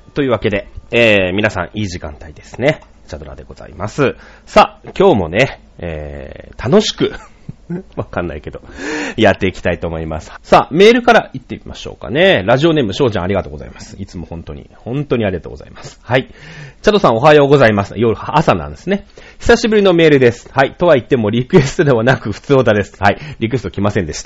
というわけで、皆さんいい時間帯ですね。チャドラでございます。さあ、今日もね、楽しく、わかんないけど、やっていきたいと思います。さあ、メールから行ってみましょうかね。ラジオネーム、しょうちゃんありがとうございます。いつも本当にありがとうございます。はい。チャドさんおはようございます。朝なんですね。久しぶりのメールです。はい。とは言ってもリクエストではなく普通オタです。はい。リクエスト来ませんでした。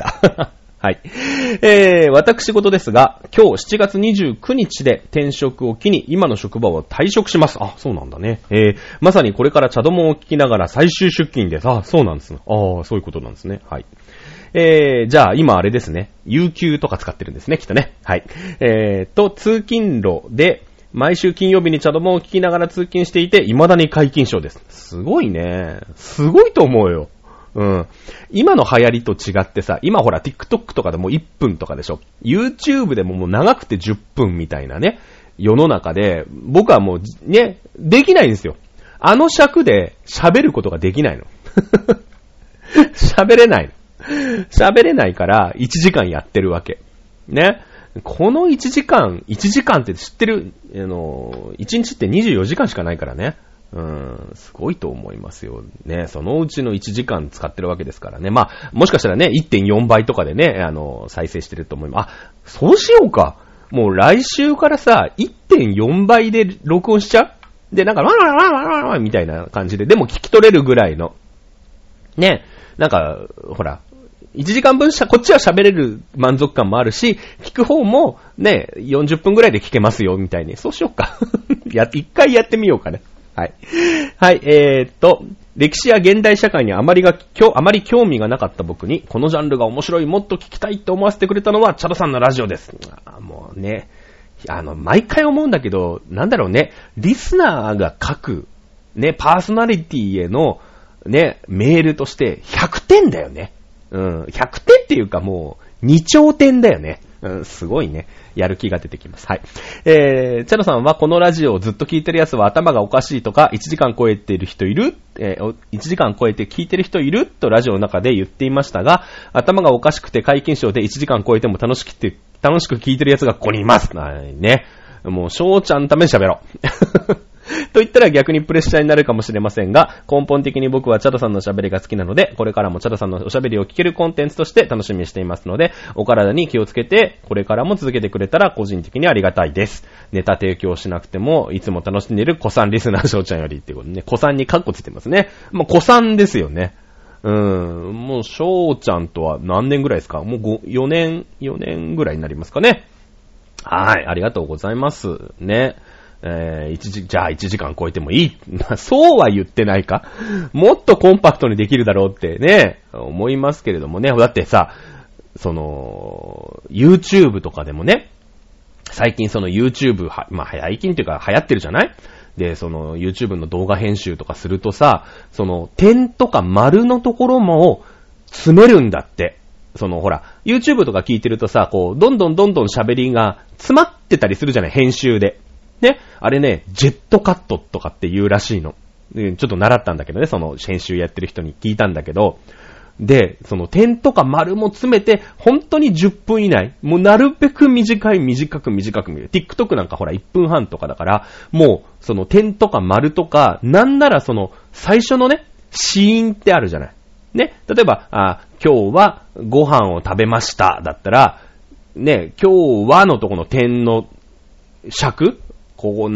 はい。私事ですが、今日7月29日で転職を機に今の職場を退職します。あ、そうなんだね。まさにこれからチャドモンを聞きながら最終出勤です。あ、そうなんです。そういうことなんですね。はい。じゃあ今あれですね。有給とか使ってるんですね、きっとね。はい。通勤路で毎週金曜日にチャドモンを聞きながら通勤していて、未だに皆勤賞です。すごいね。すごいと思うよ。うん。今の流行りと違ってさ、今ほら TikTok とかでも1分とかでしょ。YouTube でももう長くて10分みたいなね、世の中で、僕はもうね、できないんですよ。あの尺で喋ることができないの。喋れないから1時間やってるわけ。ね。この1時間って知ってる、1日って24時間しかないからね。すごいと思いますよ。ね、そのうちの1時間使ってるわけですからね。まあ、もしかしたらね、1.4 倍とかでね、再生してると思います。あ、そうしようか。もう来週からさ、1.4 倍で録音しちゃう？で、なんか、わーみたいな感じで、でも聞き取れるぐらいの。ね、なんか、ほら、1時間分こっちは喋れる満足感もあるし、聞く方もね、40分ぐらいで聞けますよ、みたいに。そうしようか。一回やってみようかね。はい。はい、歴史や現代社会にあまり興味がなかった僕に、このジャンルが面白い、もっと聞きたいって思わせてくれたのは、チャドさんのラジオです。もうね、毎回思うんだけど、なんだろうね、リスナーが書く、ね、パーソナリティへの、ね、メールとして100点だよね。100点っていうかもう、2兆点だよね。すごいね。やる気が出てきます。はい。チャドさんはこのラジオをずっと聞いてるやつは頭がおかしいとか、1時間超えてる人いる1時間超えて聞いてる人いるとラジオの中で言っていましたが、頭がおかしくて皆勤賞で1時間超えても楽しく聞いてるやつがここにいます。ね。もう、翔ちゃんのために喋ろう。と言ったら逆にプレッシャーになるかもしれませんが、根本的に僕はチャドさんの喋りが好きなので、これからもチャドさんのお喋りを聞けるコンテンツとして楽しみにしていますので、お体に気をつけて、これからも続けてくれたら個人的にありがたいです。ネタ提供しなくても、いつも楽しんでいる子さんリスナー翔ちゃんよりっていうことでね、子さんにカッコついてますね。もう子さんですよね。もう翔ちゃんとは何年ぐらいですか？もう4年ぐらいになりますかね。はい、ありがとうございます。ね。じゃあ1時間超えてもいい。そうは言ってないか。もっとコンパクトにできるだろうってね、思いますけれどもね。だってさ、YouTube とかでもね、最近YouTube、最近っていうか流行ってるじゃない？で、YouTube の動画編集とかするとさ、点とか丸のところも詰めるんだって。ほら、YouTube とか聞いてるとさ、こう、どんどん喋りが詰まってたりするじゃない？編集で。ね。あれね、ジェットカットとかって言うらしいの。ちょっと習ったんだけどね、編集やってる人に聞いたんだけど、で、点とか丸も詰めて、本当に10分以内、もうなるべく短く見る。TikTok なんかほら1分半とかだから、もう、点とか丸とか、なんなら最初のね、シーンってあるじゃない。ね。例えば、今日はご飯を食べました、だったら、ね、今日はのとこの点の尺ここ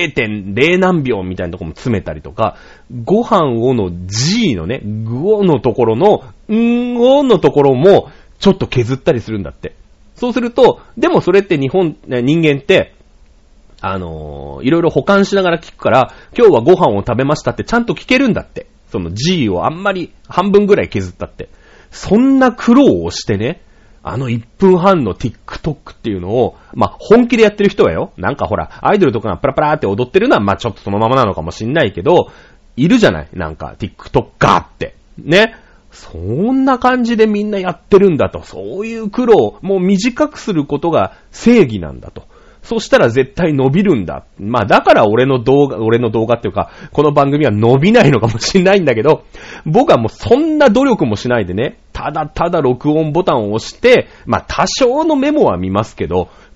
0.0 何秒みたいなところも詰めたりとか、ご飯をの G のね、グオのところの、のところもちょっと削ったりするんだって。そうすると、でもそれって人間って、いろいろ保管しながら聞くから、今日はご飯を食べましたってちゃんと聞けるんだって。G をあんまり半分ぐらい削ったって。そんな苦労をしてね、1分半の TikTok っていうのを、本気でやってる人はよ、なんかほら、アイドルとかがプラプラって踊ってるのは、ちょっとそのままなのかもしんないけど、いるじゃない？なんか、TikToker って。ね。そんな感じでみんなやってるんだと。そういう苦労、もう短くすることが正義なんだと。そしたら絶対伸びるんだ。だから俺の動画っていうか、この番組は伸びないのかもしれないんだけど、僕はもうそんな努力もしないでね、ただただ録音ボタンを押して、多少のメモは見ますけど、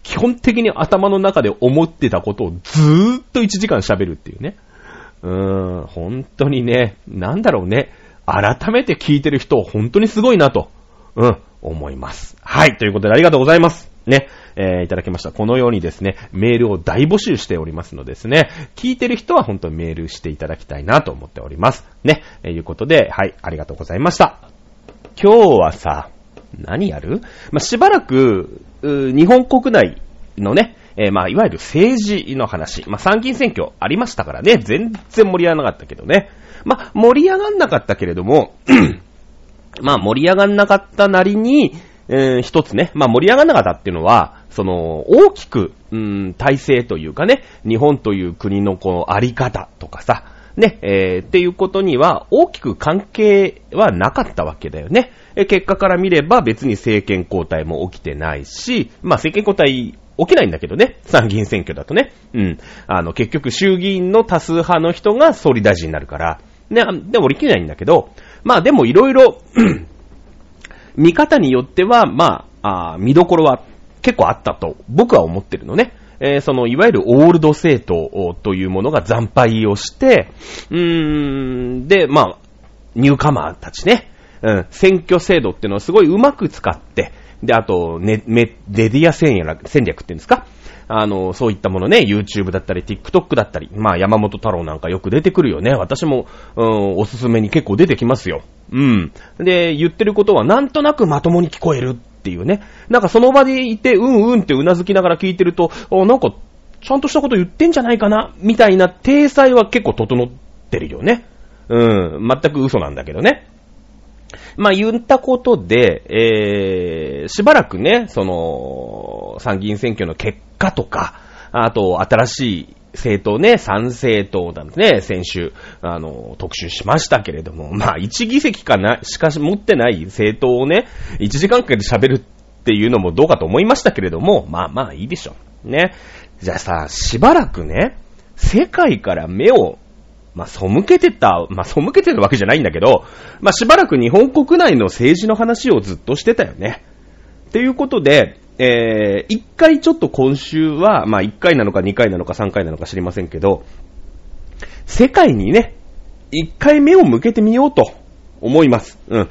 基本的に頭の中で思ってたことをずーっと1時間喋るっていうね。本当にね、なんだろうね。改めて聞いてる人、本当にすごいなと、思います。はい、ということでありがとうございます。ね、いただきました。このようにですね、メールを大募集しておりますのでですね、聞いてる人は本当にメールしていただきたいなと思っております。ね、いうことで、はい、ありがとうございました。今日はさ、何やる？しばらく、日本国内のね、いわゆる政治の話、参議院選挙ありましたからね、全然盛り上がらなかったけどね。盛り上がんなかったけれども、盛り上がんなかったなりに、一つね、盛り上がんなかったっていうのは、大きく、体制というかね、日本という国のこのあり方とかさ、ね、っていうことには大きく関係はなかったわけだよね。結果から見れば別に政権交代も起きてないし、政権交代起きないんだけどね、参議院選挙だとね。結局衆議院の多数派の人が総理大臣になるから、ね、でも起きないんだけど、でもいろいろ、見方によっては、見どころは結構あったと僕は思ってるのね。いわゆるオールド政党というものが惨敗をして、で、ニューカマーたちね、選挙制度っていうのをすごいうまく使って、で、あと、レディア戦略っていうんですか？そういったものね、YouTube だったり、TikTok だったり、山本太郎なんかよく出てくるよね。私も、おすすめに結構出てきますよ。で、言ってることはなんとなくまともに聞こえるっていうね。なんかその場でいて、ってうなずきながら聞いてると、なんか、ちゃんとしたこと言ってんじゃないかなみたいな体裁は結構整ってるよね。全く嘘なんだけどね。言ったことで、しばらくね、参議院選挙の結果とか、あと、新しい政党ね、参政党だね、先週、特集しましたけれども、1議席しか持ってない政党をね、1時間かけて喋るっていうのもどうかと思いましたけれども、いいでしょ。ね。じゃあさ、しばらくね、世界から目を、背けてたわけじゃないんだけど、しばらく日本国内の政治の話をずっとしてたよね。っていうことで、一回ちょっと今週は、1回なのか2回なのか3回なのか知りませんけど、世界にね、一回目を向けてみようと思います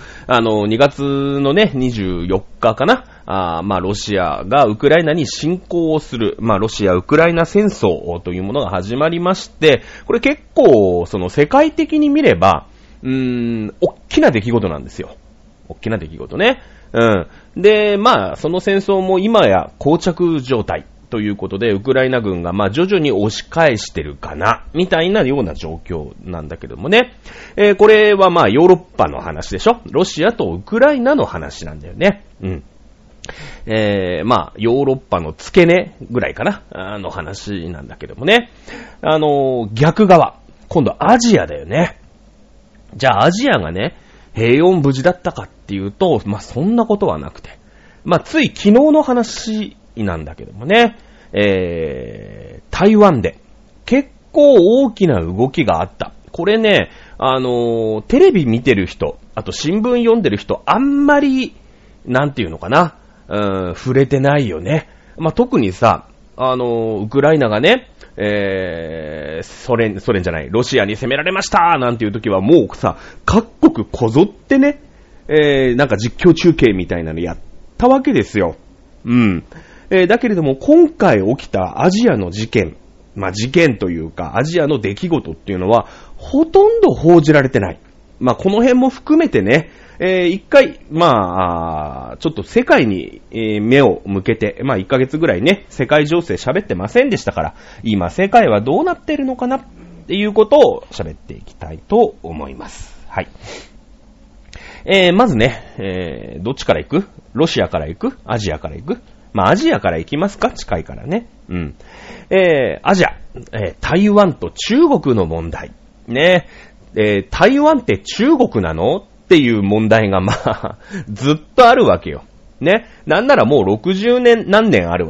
。2月のね、24日かな。ロシアがウクライナに侵攻をする、ロシア・ウクライナ戦争というものが始まりまして、これ結構、世界的に見れば、大きな出来事なんですよ。大きな出来事ね。で、その戦争も今や膠着状態ということで、ウクライナ軍が徐々に押し返してるかな、みたいなような状況なんだけどもね。これはヨーロッパの話でしょ？ロシアとウクライナの話なんだよね。ヨーロッパの付け根ぐらいかな、の話なんだけどもね。逆側。今度アジアだよね。じゃあアジアがね、平穏無事だったかっていうと、そんなことはなくて。つい昨日の話なんだけどもね。台湾で結構大きな動きがあった。これね、テレビ見てる人、あと新聞読んでる人、あんまり、なんていうのかな、触れてないよね。特にさ、ウクライナがね、ソ連じゃない、ロシアに攻められましたなんていう時はもうさ、各国こぞってね、なんか実況中継みたいなのやったわけですよ。だけれども今回起きたアジアの事件、事件というかアジアの出来事っていうのはほとんど報じられてない。この辺も含めてね、一回、ちょっと世界に、目を向けて、1ヶ月ぐらいね、世界情勢喋ってませんでしたから、今世界はどうなっているのかなっていうことを喋っていきたいと思います。はい。まずね、どっちから行く？ロシアから行く？アジアから行く？アジアから行きますか？近いからね。アジア、台湾と中国の問題。ね。台湾って中国なの？っていう問題がずっとあるわけよ。ね。なんならもう60年何年あるわけ。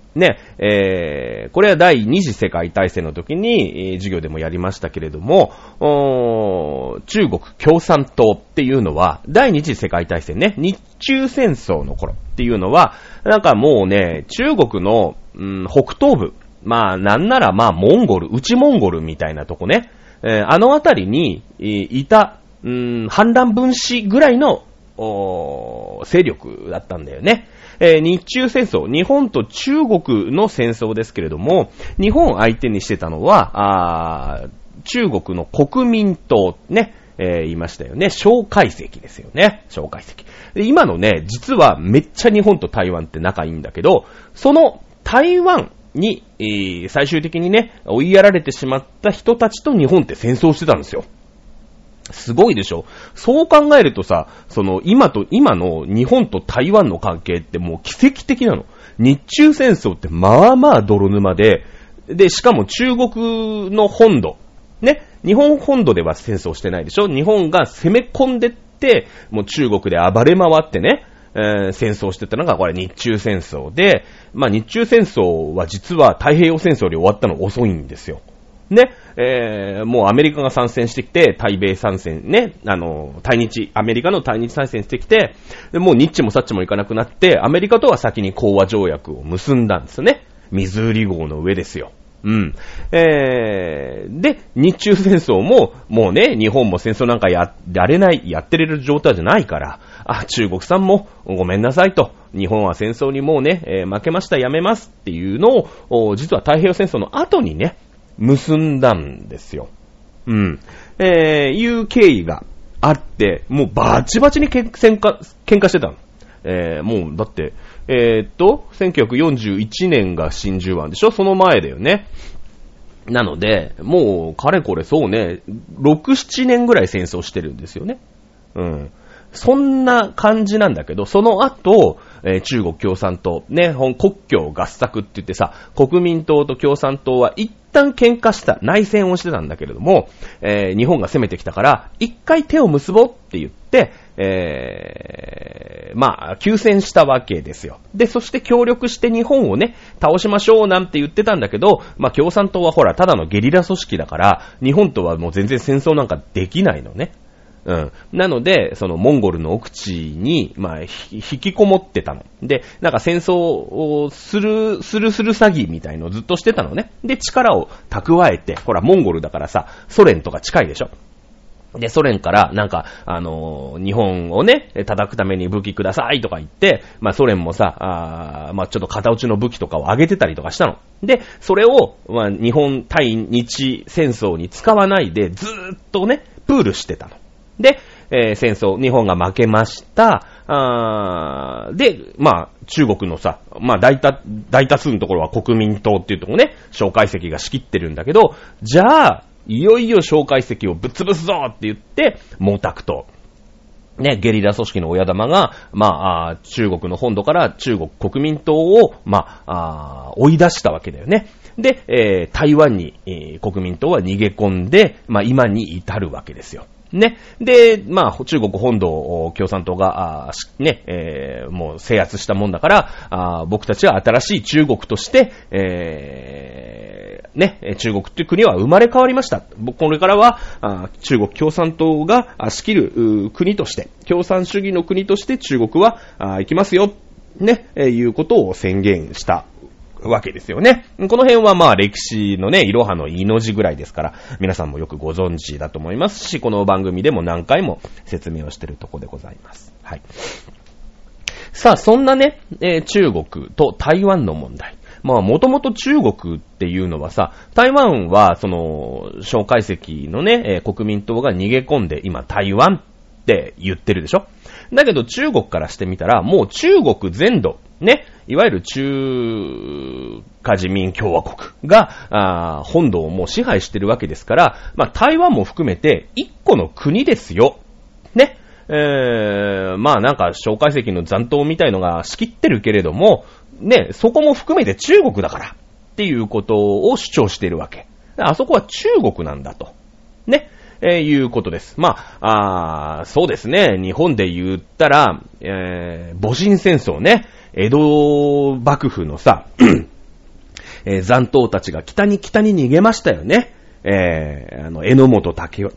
ね、これは第二次世界大戦の時に、授業でもやりましたけれども、中国共産党っていうのは、第二次世界大戦ね、日中戦争の頃っていうのは、なんかもうね、中国の、北東部、まあなんならまあモンゴル、内モンゴルみたいなとこね、あのあたりにいた、反乱分子ぐらいの勢力だったんだよね。日中戦争、日本と中国の戦争ですけれども、日本を相手にしてたのは、中国の国民党ね、言いましたよね。蒋介石ですよね。蒋介石。今のね、実はめっちゃ日本と台湾って仲いいんだけど、その台湾に、最終的にね、追いやられてしまった人たちと日本って戦争してたんですよ。すごいでしょ。そう考えるとさ、今の日本と台湾の関係ってもう奇跡的なの。日中戦争ってまあまあ泥沼で、しかも中国の本土、ね、日本本土では戦争してないでしょ。日本が攻め込んでって、もう中国で暴れ回ってね、戦争してたのがこれ日中戦争で、まあ日中戦争は実は太平洋戦争より終わったの遅いんですよ。ね、もうアメリカが参戦してきて、対米参戦ね、アメリカの対日参戦してきて、もうニッチもサッチもいかなくなって、アメリカとは先に講和条約を結んだんですよね。ミズーリ号の上ですよ。うん。で、日中戦争も、もうね、日本も戦争なんかやってれる状態じゃないから、中国さんもごめんなさいと、日本は戦争にもうね、負けました、やめますっていうのを、実は太平洋戦争の後にね、結んだんですよ。うん。いう経緯があって、もうバチバチに喧嘩してたの。もう、だって、1941年が真珠湾でしょ？その前だよね。なので、もう、かれこれそうね、6、7年ぐらい戦争してるんですよね。うん。そんな感じなんだけど、その後、中国共産党、ね、国共合作って言ってさ、国民党と共産党は一旦喧嘩した、内戦をしてたんだけれども、日本が攻めてきたから、一回手を結ぼうって言って、まあ、休戦したわけですよ。で、そして協力して日本をね、倒しましょうなんて言ってたんだけど、まあ、共産党はほら、ただのゲリラ組織だから、日本とはもう全然戦争なんかできないのね。うん。なので、モンゴルの奥地に、まあ、引きこもってたの。で、なんか戦争をする詐欺みたいのをずっとしてたのね。で、力を蓄えて、ほら、モンゴルだからさ、ソ連とか近いでしょ。で、ソ連から、なんか、日本をね、叩くために武器くださいとか言って、まあ、ソ連もさ、まあ、ちょっと片落ちの武器とかを上げてたりとかしたの。で、それを、まあ、日本対日戦争に使わないで、ずーっとね、プールしてたの。で、戦争、日本が負けました。で、まあ、中国のさ、まあ、大多数のところは国民党っていうところね、蒋介石が仕切ってるんだけど、じゃあ、いよいよ蒋介石をぶっ潰すぞって言って、毛沢東。ね、ゲリラ組織の親玉が、まあ、中国の本土から中国国民党を、まあ、追い出したわけだよね。で、台湾に、国民党は逃げ込んで、まあ、今に至るわけですよ。ね。で、まあ、中国本土を共産党が、ね、もう制圧したもんだから、僕たちは新しい中国として、ね、中国っていう国は生まれ変わりました。これからは、中国共産党が仕切る国として、共産主義の国として中国は行きますよ、ね、いうことを宣言したわけですよね。この辺はまあ歴史のね、いろはのいの字ぐらいですから、皆さんもよくご存知だと思いますし、この番組でも何回も説明をしているところでございます。はい。さあ、そんなね、中国と台湾の問題。まあ、もともと中国っていうのはさ、台湾は、蒋介石のね、国民党が逃げ込んで、今台湾って言ってるでしょ？だけど中国からしてみたら、もう中国全土、ね、いわゆる中華人民共和国が、本土をもう支配してるわけですから、まあ、台湾も含めて一個の国ですよ。ね。まあなんか、蒋介石の残党みたいのが仕切ってるけれども、ね、そこも含めて中国だからっていうことを主張しているわけ。あそこは中国なんだと。ね。いうことです。まあ、そうですね。日本で言ったら、戊辰戦争ね。江戸幕府のさ、 残党たちが北に逃げましたよね。榎本竹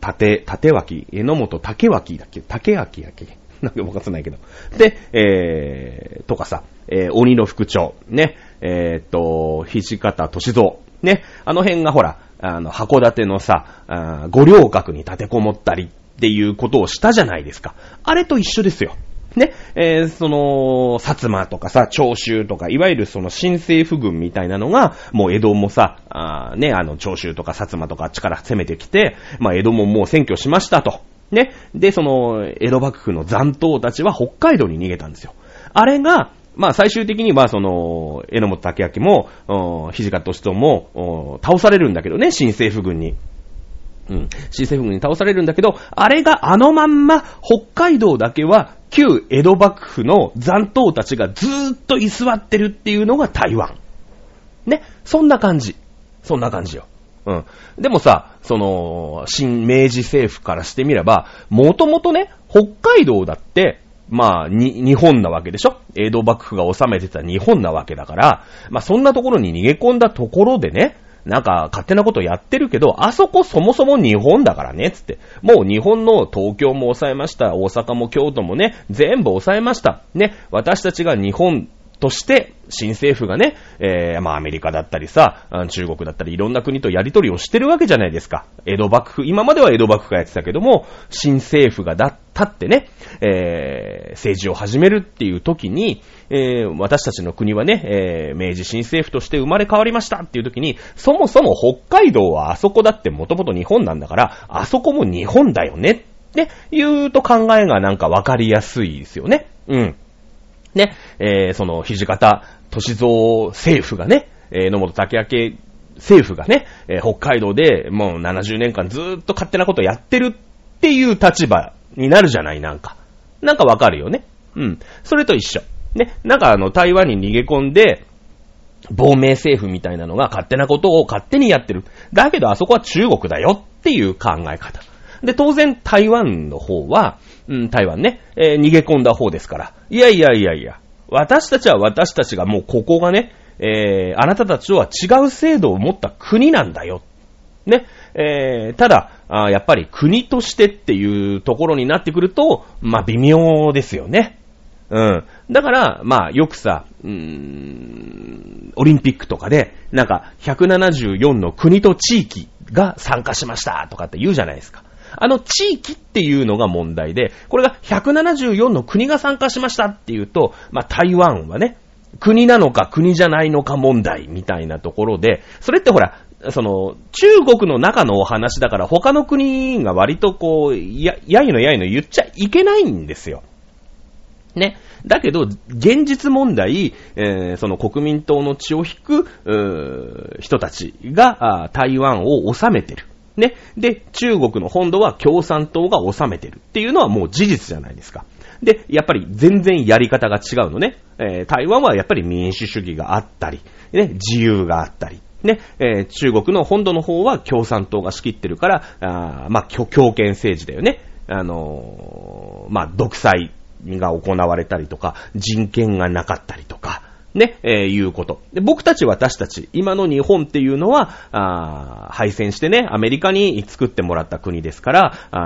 脇だっけ竹脇だっけなんかわかんないけど。で、とかさ、鬼の副長、ね、土方歳三、ね、あの辺がほら、函館のさ、五稜郭に立てこもったりっていうことをしたじゃないですか。あれと一緒ですよ。ね、薩摩とかさ、長州とか、いわゆるその新政府軍みたいなのが、もう江戸もさ、ね、長州とか薩摩とかあっちから攻めてきて、まあ江戸ももう占拠しましたと。ね。で、その、江戸幕府の残党たちは北海道に逃げたんですよ。あれが、まあ最終的にはその、榎本武明も、土方歳三も、倒されるんだけどね、新政府軍に。新政府軍に倒されるんだけど、あれがあのまんま、北海道だけは、旧江戸幕府の残党たちがずーっと居座ってるっていうのが台湾。ね。そんな感じよ。でもさ、その、新明治政府からしてみれば、もともとね、北海道だって、まあ、日本なわけでしょ？江戸幕府が治めてた日本なわけだから、まあそんなところに逃げ込んだところでね、なんか勝手なことやってるけど、あそこそもそも日本だからね、つって。もう日本の東京も抑えました。大阪も京都もね、全部抑えました。ね、私たちが日本として、新政府がね、まあアメリカだったりさ、中国だったりいろんな国とやり取りをしてるわけじゃないですか。江戸幕府、今までは江戸幕府がやってたけども、新政府が立ってね、政治を始めるっていう時に、私たちの国はね、明治新政府として生まれ変わりましたっていう時に、そもそも北海道はあそこだってもともと日本なんだから、あそこも日本だよねっていうと考えがなんかわかりやすいですよね。ね、その土方歳三政府がね、榎本武明政府がね、北海道でもう70年間ずーっと勝手なことやってるっていう立場になるじゃない、なんかわかるよね。それと一緒。ね、なんか台湾に逃げ込んで、亡命政府みたいなのが勝手なことを勝手にやってる。だけどあそこは中国だよっていう考え方。で、当然台湾の方は、台湾ね、逃げ込んだ方ですから。いや、私たちは私たちがもうここがね、あなたたちとは違う制度を持った国なんだよ。ね、ただやっぱり国としてっていうところになってくると、まあ微妙ですよね。だから、まあよくさ、オリンピックとかで、なんか174の国と地域が参加しましたとかって言うじゃないですか。地域っていうのが問題で、これが174の国が参加しましたっていうと、まあ、台湾はね、国なのか国じゃないのか問題みたいなところで、それってほら、その、中国の中のお話だから他の国が割とこう、やいの言っちゃいけないんですよ。ね。だけど、現実問題、その国民党の血を引く、人たちが台湾を治めてる。ね。で、中国の本土は共産党が治めてるっていうのはもう事実じゃないですか。で、やっぱり全然やり方が違うのね。台湾はやっぱり民主主義があったり、ね、自由があったり、ね、中国の本土の方は共産党が仕切ってるから、まあ、強権政治だよね。まあ、独裁が行われたりとか、人権がなかったりとか、ね、いうこと。で、私たち、今の日本っていうのは、敗戦してね、アメリカに作ってもらった国ですから、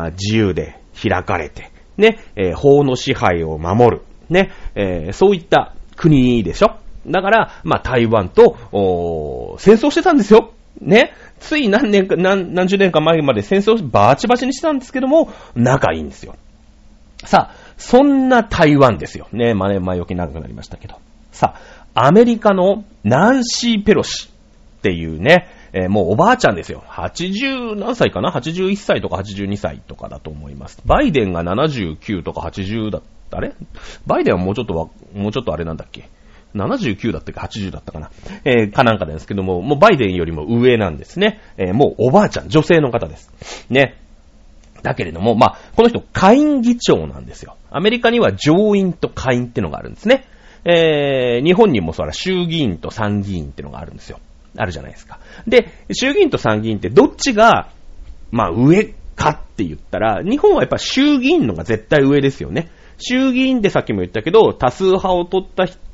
自由で開かれて、ね、法の支配を守る、ね、そういった国でしょ。だから、まあ、台湾と、戦争してたんですよ。ね。つい何十年か前まで戦争バチバチにしてたんですけども、仲いいんですよ。さあ、そんな台湾ですよ。ね、前置き長くなりましたけど。さあ、アメリカのナンシー・ペロシっていうね、もうおばあちゃんですよ。80何歳かな ?81 歳とか82歳とかだと思います。バイデンが79とか80だった。あれバイデンはもうちょっとあれなんだっけ ?79 だったっけ ?80 だったかなかなんかですけども、もうバイデンよりも上なんですね。もうおばあちゃん、女性の方です。ね。だけれども、まあ、この人、下院議長なんですよ。アメリカには上院と下院ってのがあるんですね。日本にもそら衆議院と参議院ってのがあるんですよ。あるじゃないですか。で、衆議院と参議院ってどっちが、まあ上かって言ったら、日本はやっぱ衆議院のが絶対上ですよね。衆議院でさっきも言ったけど、多数派を取った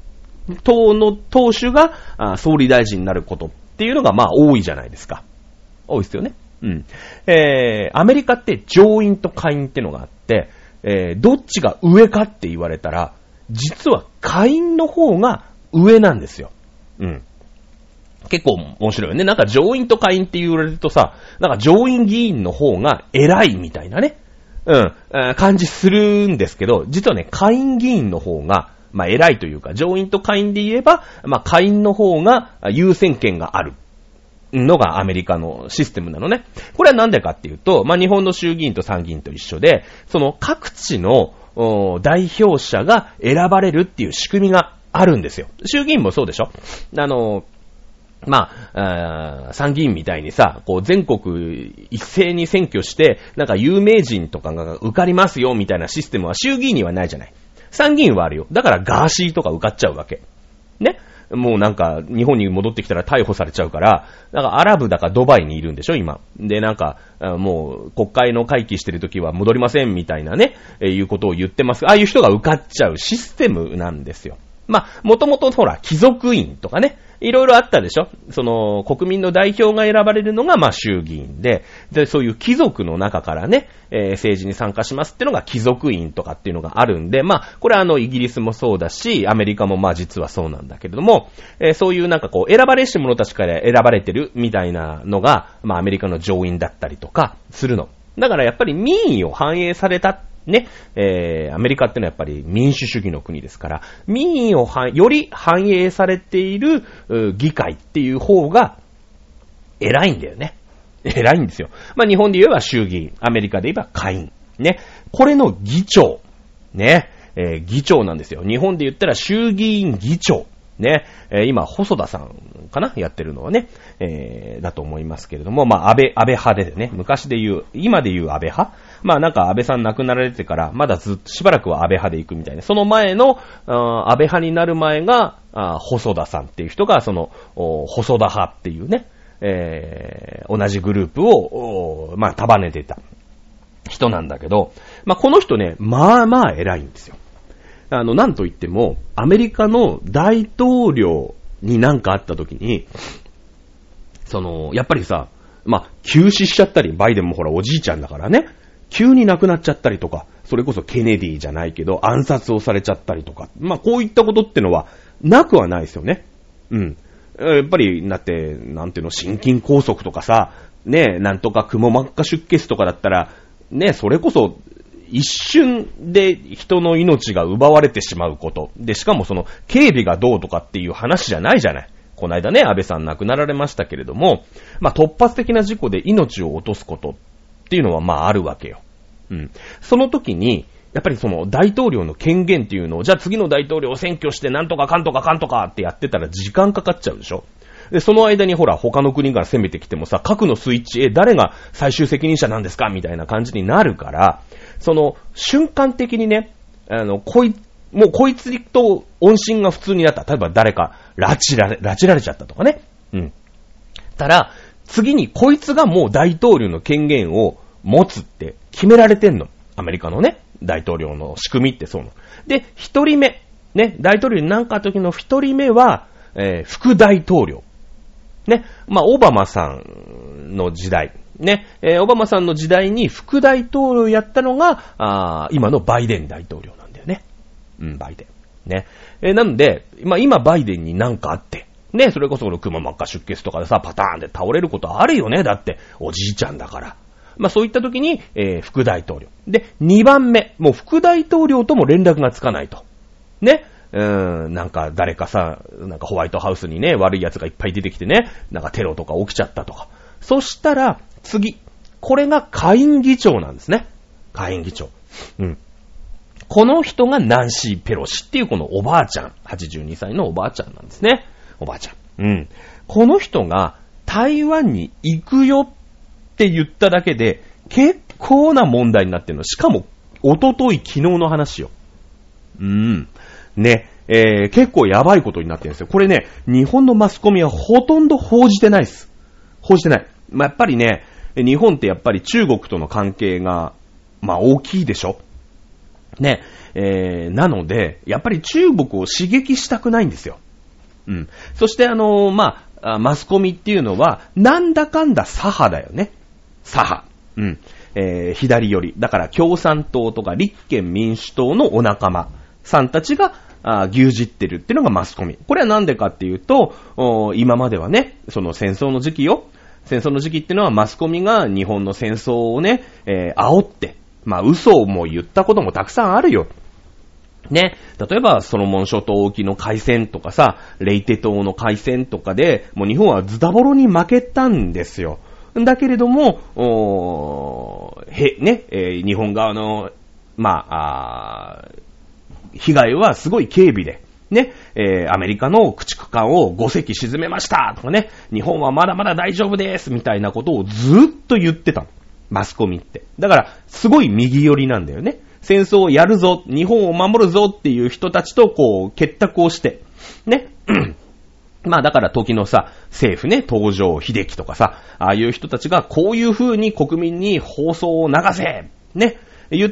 党の党首が総理大臣になることっていうのがまあ多いじゃないですか。多いですよね。うん。アメリカって上院と下院ってのがあって、どっちが上かって言われたら、実は下院の方が上なんですよ。うん。結構面白いよね。なんか上院と下院って言われるとさ、なんか上院議員の方が偉いみたいなね、感じするんですけど、実はね、下院議員の方が、まあ偉いというか、上院と下院で言えば、まあ下院の方が優先権があるのがアメリカのシステムなのね。これはなんでかっていうと、まあ日本の衆議院と参議院と一緒で、その各地の代表者が選ばれるっていう仕組みがあるんですよ。衆議院もそうでしょ？まあ、参議院みたいにさ、こう全国一斉に選挙して、なんか有名人とかが受かりますよみたいなシステムは衆議院にはないじゃない。参議院はあるよ。だからガーシーとか受かっちゃうわけ。ね。もうなんか日本に戻ってきたら逮捕されちゃうから、なんかアラブだかドバイにいるんでしょ今。でなんかもう国会の会期してる時は戻りませんみたいなね、いうことを言ってます。ああいう人が受かっちゃうシステムなんですよ。まあもともとほら貴族院とかね。いろいろあったでしょ？その、国民の代表が選ばれるのが、まあ、衆議院で、そういう貴族の中からね、政治に参加しますっていうのが貴族院とかっていうのがあるんで、まあ、これはイギリスもそうだし、アメリカもまあ、実はそうなんだけれども、そういうなんかこう、選ばれし者たちから選ばれてるみたいなのが、まあ、アメリカの上院だったりとか、するの。だからやっぱり民意を反映されたね、アメリカってのはやっぱり民主主義の国ですから、民意をより反映されている議会っていう方が偉いんだよね。偉いんですよ。まあ日本で言えば衆議院、アメリカで言えば下院。ね。これの議長。ね。議長なんですよ。日本で言ったら衆議院議長。ね。今、細田さんかなやってるのはね。だと思いますけれども、まあ安倍派でね、昔で言う、今で言う安倍派。まあなんか安倍さん亡くなられてから、まだずっとしばらくは安倍派で行くみたいな。その前の、安倍派になる前が、細田さんっていう人が、その、細田派っていうね、同じグループを、まあ束ねてた人なんだけど、まあこの人ね、まあまあ偉いんですよ。なんと言っても、アメリカの大統領になんかあった時に、やっぱりさ、まあ、急死しちゃったり、バイデンもほらおじいちゃんだからね、急に亡くなっちゃったりとか、それこそケネディじゃないけど、暗殺をされちゃったりとか、まあ、こういったことってのは、なくはないですよね。うん。やっぱり、だって、なんていうの、心筋梗塞とかさ、ね、なんとかくも膜下出血とかだったら、ね、それこそ、一瞬で人の命が奪われてしまうこと。で、しかもその、警備がどうとかっていう話じゃないじゃない。この間ね、安倍さん亡くなられましたけれども、まあ、突発的な事故で命を落とすことっていうのはまああるわけよ。うん。その時に、やっぱりその大統領の権限っていうのを、じゃあ次の大統領を選挙してなんとかかんとかかんとかってやってたら時間かかっちゃうでしょ。で、その間にほら、他の国から攻めてきてもさ、核のスイッチ、誰が最終責任者なんですかみたいな感じになるから、その、瞬間的にね、もうこいつと音信が普通になった。例えば誰か拉致られちゃったとかね。うん。たら、次にこいつがもう大統領の権限を持つって決められてんの。アメリカのね、大統領の仕組みってそうなの。で、一人目、ね、大統領になんかあった時の一人目は、副大統領。ね、まあ、オバマさんの時代。ね、オバマさんの時代に副大統領やったのが、今のバイデン大統領なんだよね。うん、バイデン。ね。なんで、まあ、今バイデンになんかあって、ね、それこそこのくも膜下出血とかでさ、パターンで倒れることあるよね。だって、おじいちゃんだから。まあ、そういった時に、副大統領。で、2番目、もう副大統領とも連絡がつかないと。ね。なんか誰かさ、なんかホワイトハウスにね、悪い奴がいっぱい出てきてね、なんかテロとか起きちゃったとか。そしたら、次。これが下院議長なんですね。下院議長。うん。この人がナンシー・ペロシっていうこのおばあちゃん。82歳のおばあちゃんなんですね。おばあちゃん。うん。この人が台湾に行くよって言っただけで結構な問題になってるの。しかも、一昨日昨日の話よ。ね。結構やばいことになってるんですよ。これね、日本のマスコミはほとんど報じてないです。報じてない。まあ、やっぱりね、日本ってやっぱり中国との関係が、まあ大きいでしょ。ね。なので、やっぱり中国を刺激したくないんですよ。 そしてマスコミっていうのは、なんだかんだ左派だよね。左派。左寄り。だから共産党とか立憲民主党のお仲間さんたちが、牛耳ってるっていうのがマスコミ。これはなんでかっていうと、今まではね、その戦争の時期よ。戦争の時期っていうのはマスコミが日本の戦争をね、煽って、嘘をも言ったこともたくさんあるよ。ね。例えば、ソロモン諸島沖の海戦とかさ、レイテ島の海戦とかで、もう日本はズタボロに負けたんですよ。だけれども、日本側の、被害はすごい軽微で、ね、アメリカの駆逐艦を5隻沈めましたとかね、日本はまだまだ大丈夫ですみたいなことをずっと言ってたの。マスコミって。だから、すごい右寄りなんだよね。戦争をやるぞ、日本を守るぞっていう人たちと結託をして、ね。だから時のさ、政府ね、東条英機とかさ、ああいう人たちがこういう風に国民に放送を流せね、言って、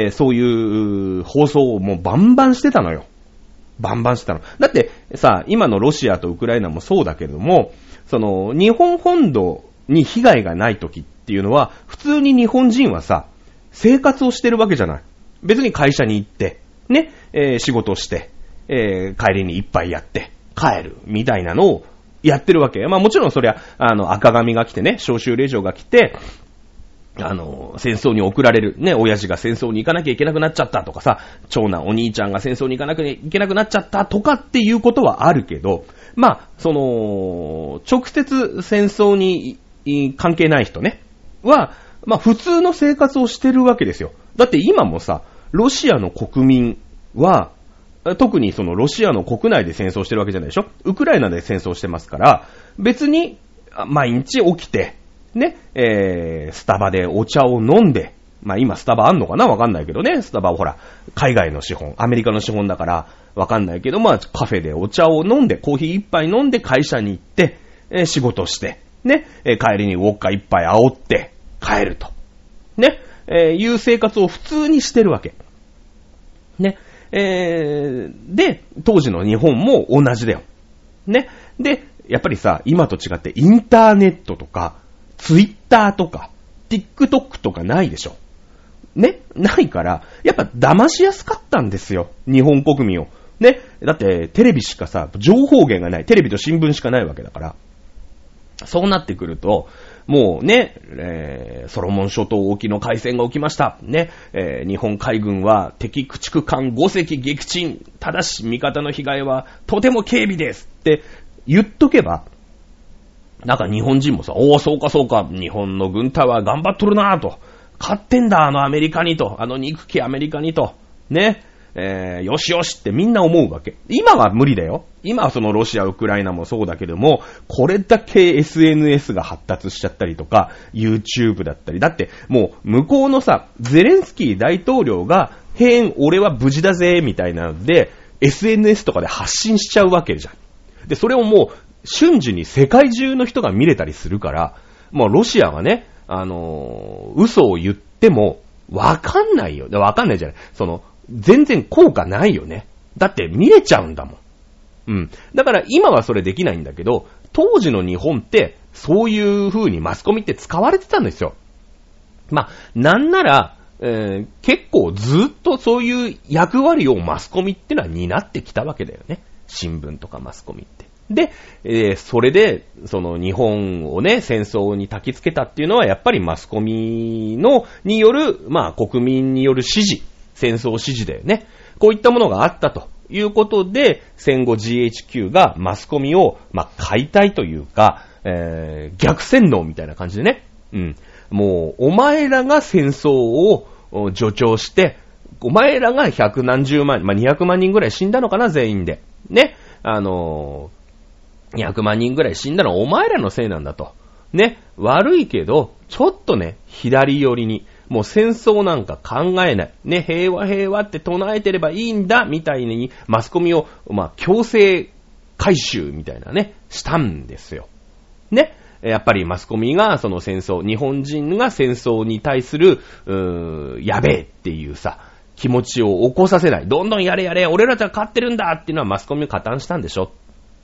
そういう放送をもうバンバンしてたのよ。バンバンしてたの。だってさ、今のロシアとウクライナもそうだけれども、その、日本本土に被害がない時っていうのは、普通に日本人はさ、生活をしてるわけじゃない。別に会社に行って、ね、仕事をして、帰りに一杯やって、帰る、みたいなのをやってるわけ。もちろんそりゃ、赤紙が来てね、召集令状が来て、戦争に送られる。ね、親父が戦争に行かなきゃいけなくなっちゃったとかさ、長男、お兄ちゃんが戦争に行かなきゃいけなくなっちゃったとかっていうことはあるけど、直接戦争に関係ない人ね、は、普通の生活をしてるわけですよ。だって今もさ、ロシアの国民は、特にそのロシアの国内で戦争してるわけじゃないでしょ。ウクライナで戦争してますから、別に毎日起きて、ね、スタバでお茶を飲んで、今スタバあんのかなわかんないけどね、スタバはほら、海外の資本、アメリカの資本だからわかんないけど、カフェでお茶を飲んで、コーヒー一杯飲んで会社に行って、仕事して、ね、帰りにウォッカ一杯煽って帰ると。ね、いう生活を普通にしてるわけ。ね。で、当時の日本も同じだよ。ね。で、やっぱりさ、今と違ってインターネットとか、ツイッターとか、TikTok とかないでしょ。ね。ないから、やっぱ騙しやすかったんですよ。日本国民を。ね。だってテレビしかさ、情報源がない。テレビと新聞しかないわけだから。そうなってくると、もうね、ソロモン諸島沖の海戦が起きました。ね、日本海軍は敵駆逐艦5隻撃沈。ただし味方の被害はとても軽微ですって言っとけば、なんか日本人もさ、そうかそうか、日本の軍隊は頑張っとるなぁと。勝ってんだ、アメリカにと。憎きアメリカにと。ね。よしよしってみんな思うわけ。今は無理だよ。今はそのロシア、ウクライナもそうだけども、これだけ SNS が発達しちゃったりとか、YouTube だったり。だってもう向こうのさ、ゼレンスキー大統領が、俺は無事だぜ、みたいなので、SNS とかで発信しちゃうわけじゃん。で、それをもう、瞬時に世界中の人が見れたりするから、もうロシアがね、嘘を言っても、わかんないよ。わかんないじゃない。全然効果ないよね。だって見れちゃうんだもん。だから今はそれできないんだけど、当時の日本ってそういう風にマスコミって使われてたんですよ。なんなら、結構ずっとそういう役割をマスコミってのは担ってきたわけだよね。新聞とかマスコミって。で、それで、日本をね、戦争に焚きつけたっていうのはやっぱりマスコミによる、国民による支持。戦争支持だよね。こういったものがあったということで、戦後 GHQ がマスコミを、解体というか、逆洗脳みたいな感じでね。もう、お前らが戦争を助長して、お前らが100何十万、200万人ぐらい死んだのかな、全員で。ね。200万人ぐらい死んだのはお前らのせいなんだと。ね。悪いけど、ちょっとね、左寄りに。もう戦争なんか考えない。ね、平和平和って唱えてればいいんだ、みたいに、マスコミを、強制回収みたいなね、したんですよ。ね。やっぱりマスコミが、その戦争、日本人が戦争に対する、やべえっていうさ、気持ちを起こさせない。どんどんやれやれ、俺らじゃ勝ってるんだっていうのはマスコミを加担したんでしょ。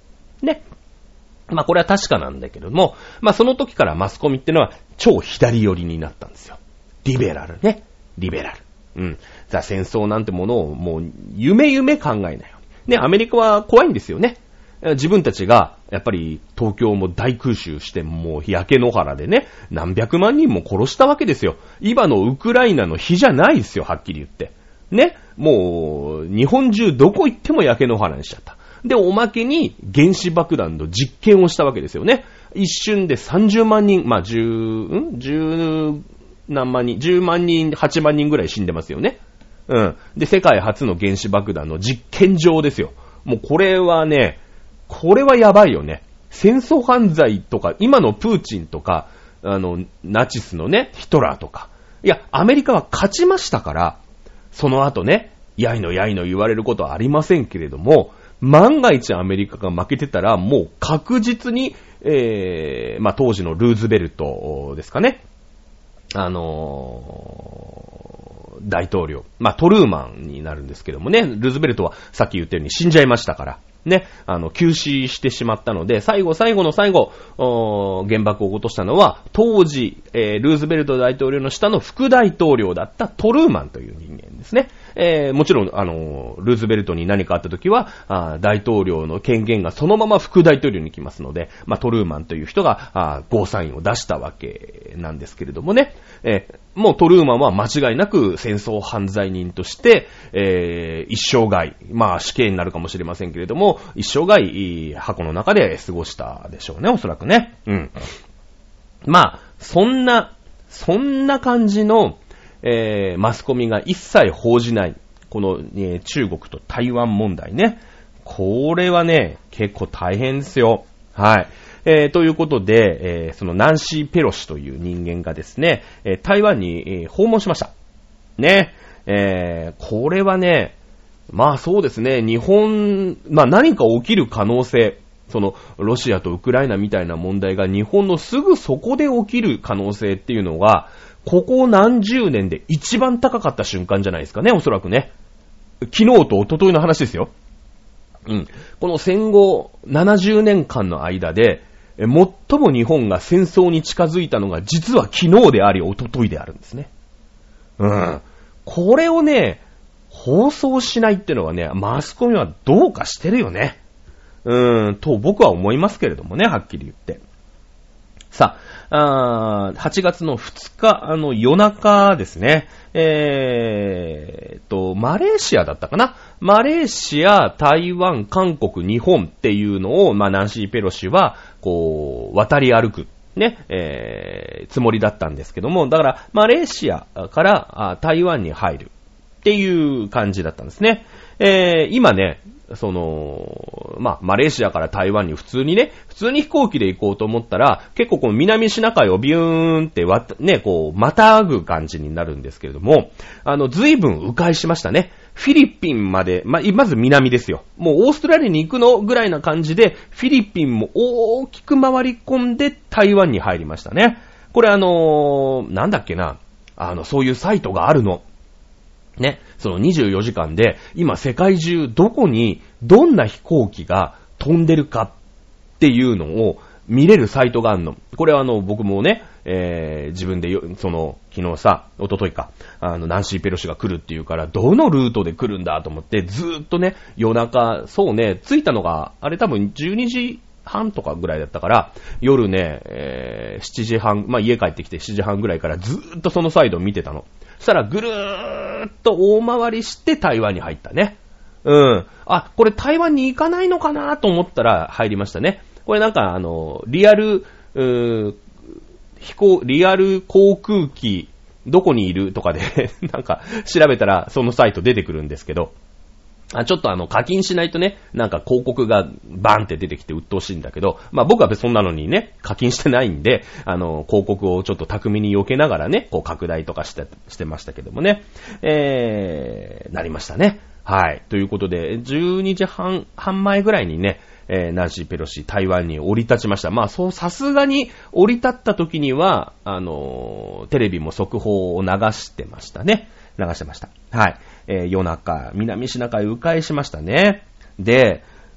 ね。まあこれは確かなんだけども、まあその時からマスコミってのは超左寄りになったんですよ。リベラルね。リベラル。うん。戦争なんてものをもう夢考えないように。ね、アメリカは怖いんですよね。自分たちが、やっぱり東京も大空襲して、もう焼け野原でね、何百万人も殺したわけですよ。今のウクライナの日じゃないですよ、はっきり言って。ね、もう、日本中どこ行っても焼け野原にしちゃった。で、おまけに原子爆弾の実験をしたわけですよね。一瞬で30万人、まあ、10何万人、10万人、8万人ぐらい死んでますよね。うん。で、世界初の原子爆弾の実験場ですよ。もうこれはね、これはやばいよね。戦争犯罪とか、今のプーチンとか、ナチスのね、ヒトラーとか。いや、アメリカは勝ちましたから、その後ね、やいの言われることはありませんけれども、万が一アメリカが負けてたら、もう確実に、まあ、当時のルーズベルトですかね。大統領。まあ、トルーマンになるんですけどもね、ルーズベルトはさっき言ったように死んじゃいましたから。ね、急死してしまったので、最後、原爆を落としたのは、当時、ルーズベルト大統領の下の副大統領だったトルーマンという人間ですね。もちろん、ルーズベルトに何かあった時は、大統領の権限がそのまま副大統領に来ますので、まあ、トルーマンという人が、ゴーサインを出したわけなんですけれどもね、もうトルーマンは間違いなく戦争犯罪人として、一生涯、まあ死刑になるかもしれませんけれども、一生涯箱の中で過ごしたでしょうね、おそらくね。うん。まあ、そんな感じの、マスコミが一切報じない、この、中国と台湾問題ね。これはね、結構大変ですよ。はい。ということで、そのナンシー・ペロシという人間がですね、台湾に、訪問しました。ね。これはね、まあそうですね、日本、まあ何か起きる可能性、そのロシアとウクライナみたいな問題が日本のすぐそこで起きる可能性っていうのが、ここ何十年で一番高かった瞬間じゃないですかね、おそらくね。昨日と一昨日の話ですよ。うん。この戦後70年間の間で、最も日本が戦争に近づいたのが実は昨日であり一昨日であるんですね。うん。これをね、放送しないってのはね、マスコミはどうかしてるよね。と僕は思いますけれどもね、はっきり言って。さあ、8月の2日、夜中ですね、マレーシアだったかな？マレーシア、台湾、韓国、日本っていうのを、まあ、ナンシー・ペロシは、こう、渡り歩く、ね、つもりだったんですけども、だから、マレーシアから台湾に入るっていう感じだったんですね。今ね、まあ、マレーシアから台湾に普通に飛行機で行こうと思ったら、結構この南シナ海をビューンってね、こう、またぐ感じになるんですけれども、随分迂回しましたね。フィリピンまで、まず南ですよ。もうオーストラリアに行くのぐらいな感じで、フィリピンも大きく回り込んで台湾に入りましたね。これなんだっけな、そういうサイトがあるの。ね、その24時間で、今世界中どこにどんな飛行機が飛んでるかっていうのを見れるサイトがあるの。これは僕もね、自分で昨日さ、一昨日か、ナンシー・ペロシが来るっていうから、どのルートで来るんだと思って、ずーっとね、夜中、そうね、着いたのが、あれ多分12時半とかぐらいだったから、夜ね、7時半、まあ家帰ってきて7時半ぐらいからずーっとそのサイトを見てたの。そしたらぐるーっと大回りして台湾に入ったね。うん。あ、これ台湾に行かないのかなと思ったら入りましたね。これなんかリアル航空機どこにいるとかでなんか調べたらそのサイト出てくるんですけど、ちょっと課金しないとね、なんか広告がバーンって出てきて鬱陶しいんだけど、まあ僕は別にそんなのにね、課金してないんで、広告をちょっと巧みに避けながらね、こう拡大とかしてましたけどもね、なりましたね。はい。ということで、12時半前ぐらいにね、ナンシー・ペロシ台湾に降り立ちました。まあさすがに降り立った時には、テレビも速報を流してましたね。流してました。はい。夜中、南シナ海迂回しましたね。で、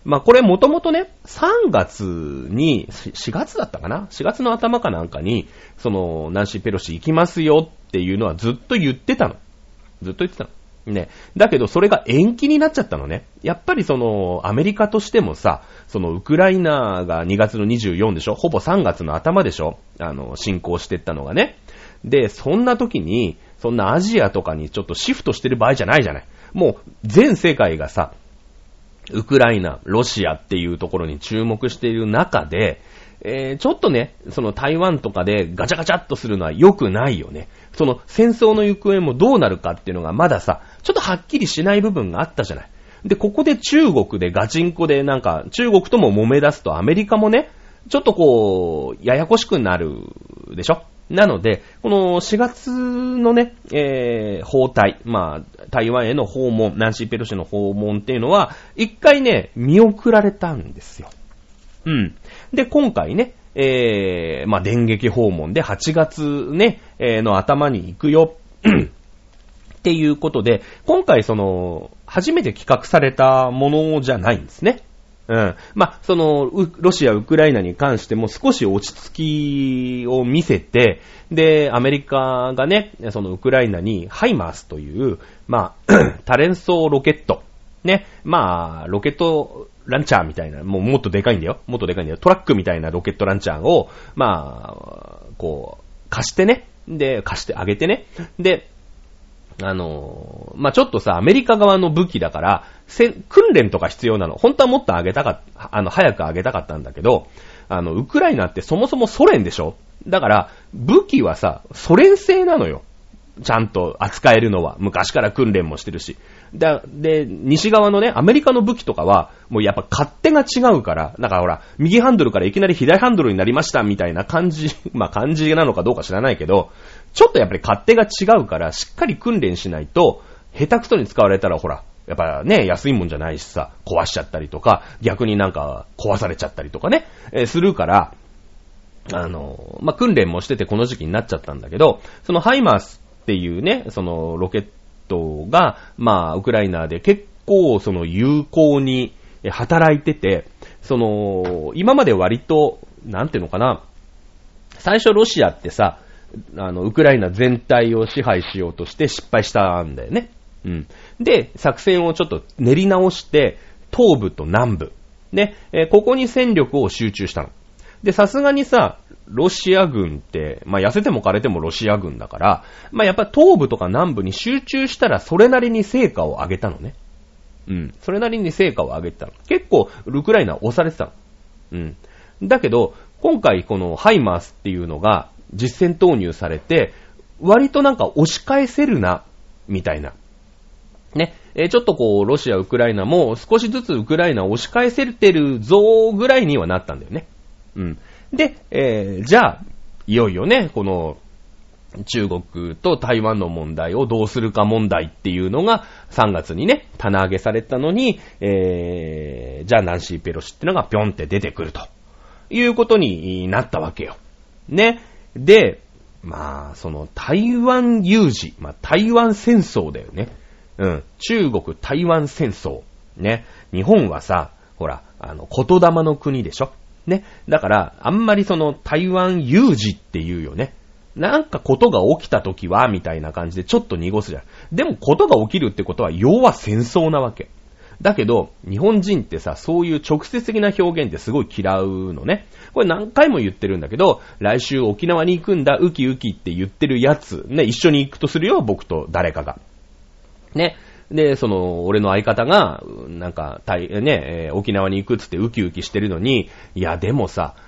まあこれもともとね、3月に、4月だったかな ?4 月の頭かなんかに、その、ナンシー・ペロシ行きますよっていうのはずっと言ってたの。ずっと言ってたの。ね。だけどそれが延期になっちゃったのね。やっぱりその、アメリカとしてもさ、そのウクライナが2月の24でしょ、ほぼ3月の頭でしょ、侵攻してったのがね。で、そんな時に、そんなアジアとかにちょっとシフトしてる場合じゃないじゃない。もう全世界がさ、ウクライナ、ロシアっていうところに注目している中で、ちょっとね、その台湾とかでガチャガチャっとするのは良くないよね。その戦争の行方もどうなるかっていうのがまださ、ちょっとはっきりしない部分があったじゃない。で、ここで中国でガチンコでなんか、中国とも揉め出すとアメリカもね、ちょっとこう、ややこしくなるでしょ。なので、この4月のね、訪台、まあ、台湾への訪問、ナンシー・ペロシの訪問っていうのは、一回ね、見送られたんですよ。うん。で、今回ね、まあ、電撃訪問で8月ね、の頭に行くよ、っていうことで、今回その、初めて企画されたものじゃないんですね。うん。まあ、その、ロシア、ウクライナに関しても少し落ち着きを見せて、で、アメリカがね、そのウクライナにハイマースという、まあ、多連装ロケット、ね、まあ、ロケットランチャーみたいな、もっとでかいんだよ。もっとでかいんだよ。トラックみたいなロケットランチャーを、まあ、こう、貸してね。で、貸してあげてね。で、まあ、ちょっとさ、アメリカ側の武器だから、訓練とか必要なの。本当はもっと早く上げたかったんだけど、ウクライナってそもそもソ連でしょ？だから、武器はさ、ソ連製なのよ。ちゃんと扱えるのは。昔から訓練もしてるし。で、西側のね、アメリカの武器とかは、もうやっぱ勝手が違うから、だからほら、右ハンドルからいきなり左ハンドルになりましたみたいな感じ、まあ感じなのかどうか知らないけど、ちょっとやっぱり勝手が違うから、しっかり訓練しないと、下手くそに使われたらほら、やっぱね、安いもんじゃないしさ、壊しちゃったりとか、逆になんか壊されちゃったりとかね、するから、まあ、訓練もしててこの時期になっちゃったんだけど、そのハイマースっていうね、そのロケットが、まあ、ウクライナで結構その有効に働いてて、その、今まで割と、なんていうのかな、最初ロシアってさ、ウクライナ全体を支配しようとして失敗したんだよね。うん。で、作戦をちょっと練り直して、東部と南部。ね、ここに戦力を集中したの。で、さすがにさ、ロシア軍って、まあ、痩せても枯れてもロシア軍だから、まあ、やっぱり東部とか南部に集中したらそれなりに成果を上げたのね。うん。それなりに成果を上げてたの。結構、ウクライナ押されてたの。うん。だけど、今回このハイマースっていうのが実戦投入されて、割となんか押し返せるな、みたいな。ね。ちょっとこう、ロシア、ウクライナも少しずつウクライナを押し返せてるぞぐらいにはなったんだよね。うん。で、じゃあ、いよいよね、この、中国と台湾の問題をどうするか問題っていうのが3月にね、棚上げされたのに、じゃあナンシー・ペロシってのがぴょんって出てくるということになったわけよ。ね。で、まあ、その台湾有事、まあ台湾戦争だよね。うん。中国台湾戦争。ね。日本はさ、ほら、言霊の国でしょ。ね。だから、あんまりその台湾有事っていうよね。なんかことが起きた時は、みたいな感じでちょっと濁すじゃん。でもことが起きるってことは、要は戦争なわけ。だけど、日本人ってさ、そういう直接的な表現ってすごい嫌うのね。これ何回も言ってるんだけど、来週沖縄に行くんだ、ウキウキって言ってるやつ、ね、一緒に行くとするよ、僕と誰かが。ね。で、その、俺の相方が、なんか、沖縄に行くっつってウキウキしてるのに、いや、でもさ、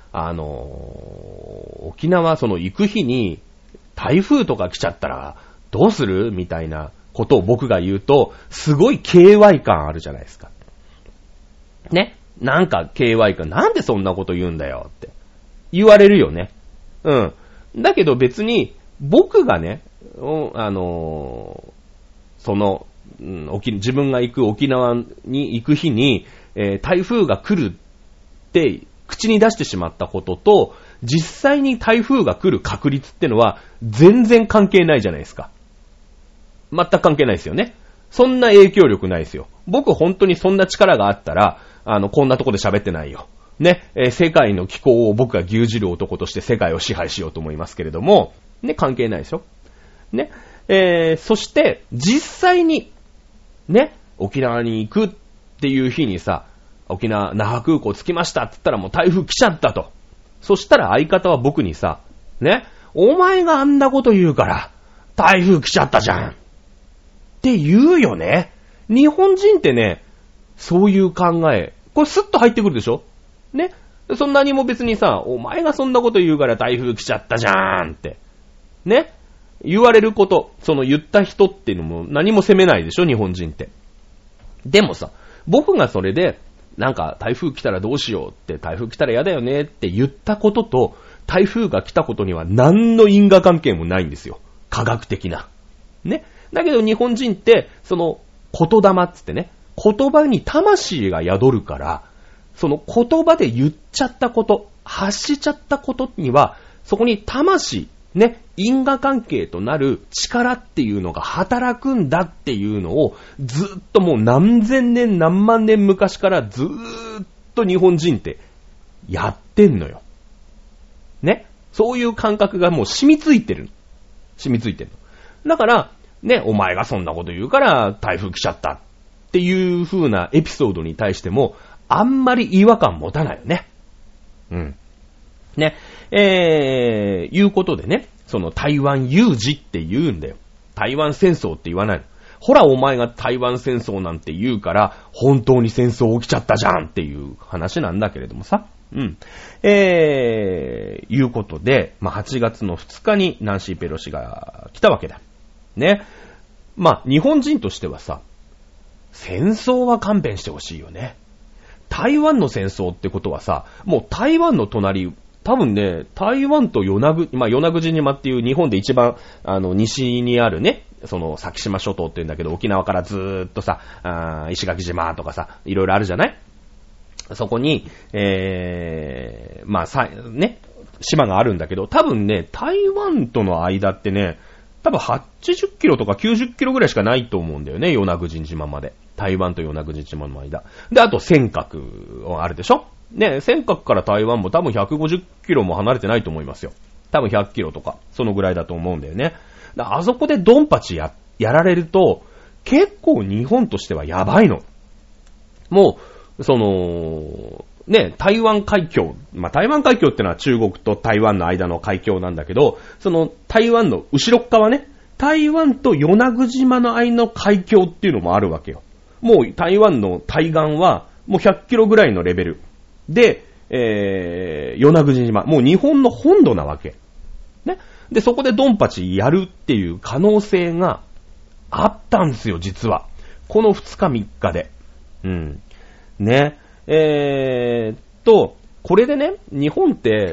沖縄その行く日に、台風とか来ちゃったら、どうするみたいなことを僕が言うと、すごい KY 感あるじゃないですか。ね。なんか KY 感、なんでそんなこと言うんだよって言われるよね。うん。だけど別に、僕がね、その、自分が行く沖縄に行く日に、台風が来るって口に出してしまったことと、実際に台風が来る確率ってのは全然関係ないじゃないですか。全く関係ないですよね。そんな影響力ないですよ。僕本当にそんな力があったら、 こんなとこで喋ってないよ。ね、世界の気候を僕が牛耳る男として世界を支配しようと思いますけれども、ね、関係ないでしょ。ね、そして、実際に、ね、沖縄に行くっていう日にさ、沖縄、那覇空港着きましたって言ったらもう台風来ちゃったと。そしたら相方は僕にさ、ね、お前があんなこと言うから、台風来ちゃったじゃん。って言うよね。日本人ってね、そういう考え、これスッと入ってくるでしょ？ね。そんなにも別にさ、お前がそんなこと言うから台風来ちゃったじゃんって。ね。言われること、その言った人っていうのも何も責めないでしょ、日本人って。でもさ、僕がそれで、なんか台風来たらどうしようって、台風来たら嫌だよねって言ったことと、台風が来たことには何の因果関係もないんですよ。科学的な。ね。だけど日本人って、その言霊っつってね、言葉に魂が宿るから、その言葉で言っちゃったこと、発しちゃったことには、そこに魂、ね、因果関係となる力っていうのが働くんだっていうのを、ずっともう何千年何万年昔からずーっと日本人ってやってんのよ。ね。そういう感覚がもう染みついてる。染みついてるの。だから、ね、お前がそんなこと言うから台風来ちゃったっていう風なエピソードに対しても、あんまり違和感持たないよね。うん。ね。いうことでね、その台湾有事って言うんだよ。台湾戦争って言わないの。ほらお前が台湾戦争なんて言うから、本当に戦争起きちゃったじゃんっていう話なんだけれどもさ。うん。いうことで、まあ、8月の2日にナンシー・ペロシが来たわけだ。ね。まあ、日本人としてはさ、戦争は勘弁してほしいよね。台湾の戦争ってことはさ、もう台湾の隣、多分ね、台湾と与那国島っていう日本で一番、西にあるね、その、先島諸島って言うんだけど、沖縄からずーっとさ、石垣島とかさ、いろいろあるじゃない？そこに、まあ、ね、島があるんだけど、多分ね、台湾との間ってね、多分80キロとか90キロぐらいしかないと思うんだよね、与那国島まで。台湾と与那国島の間。で、あと尖閣あるでしょ？ね、尖閣から台湾も多分150キロも離れてないと思いますよ。多分100キロとか、そのぐらいだと思うんだよね。あそこでドンパチやられると、結構日本としてはやばいの。もう、その、ね、台湾海峡。まあ、台湾海峡ってのは中国と台湾の間の海峡なんだけど、その台湾の後ろっ側ね、台湾と与那国島の間の海峡っていうのもあるわけよ。もう台湾の対岸はもう100キロぐらいのレベルで、与那国島、もう日本の本土なわけ。ね。で、そこでドンパチやるっていう可能性があったんですよ、実は。この2日3日で。うん。ね。これでね、日本って、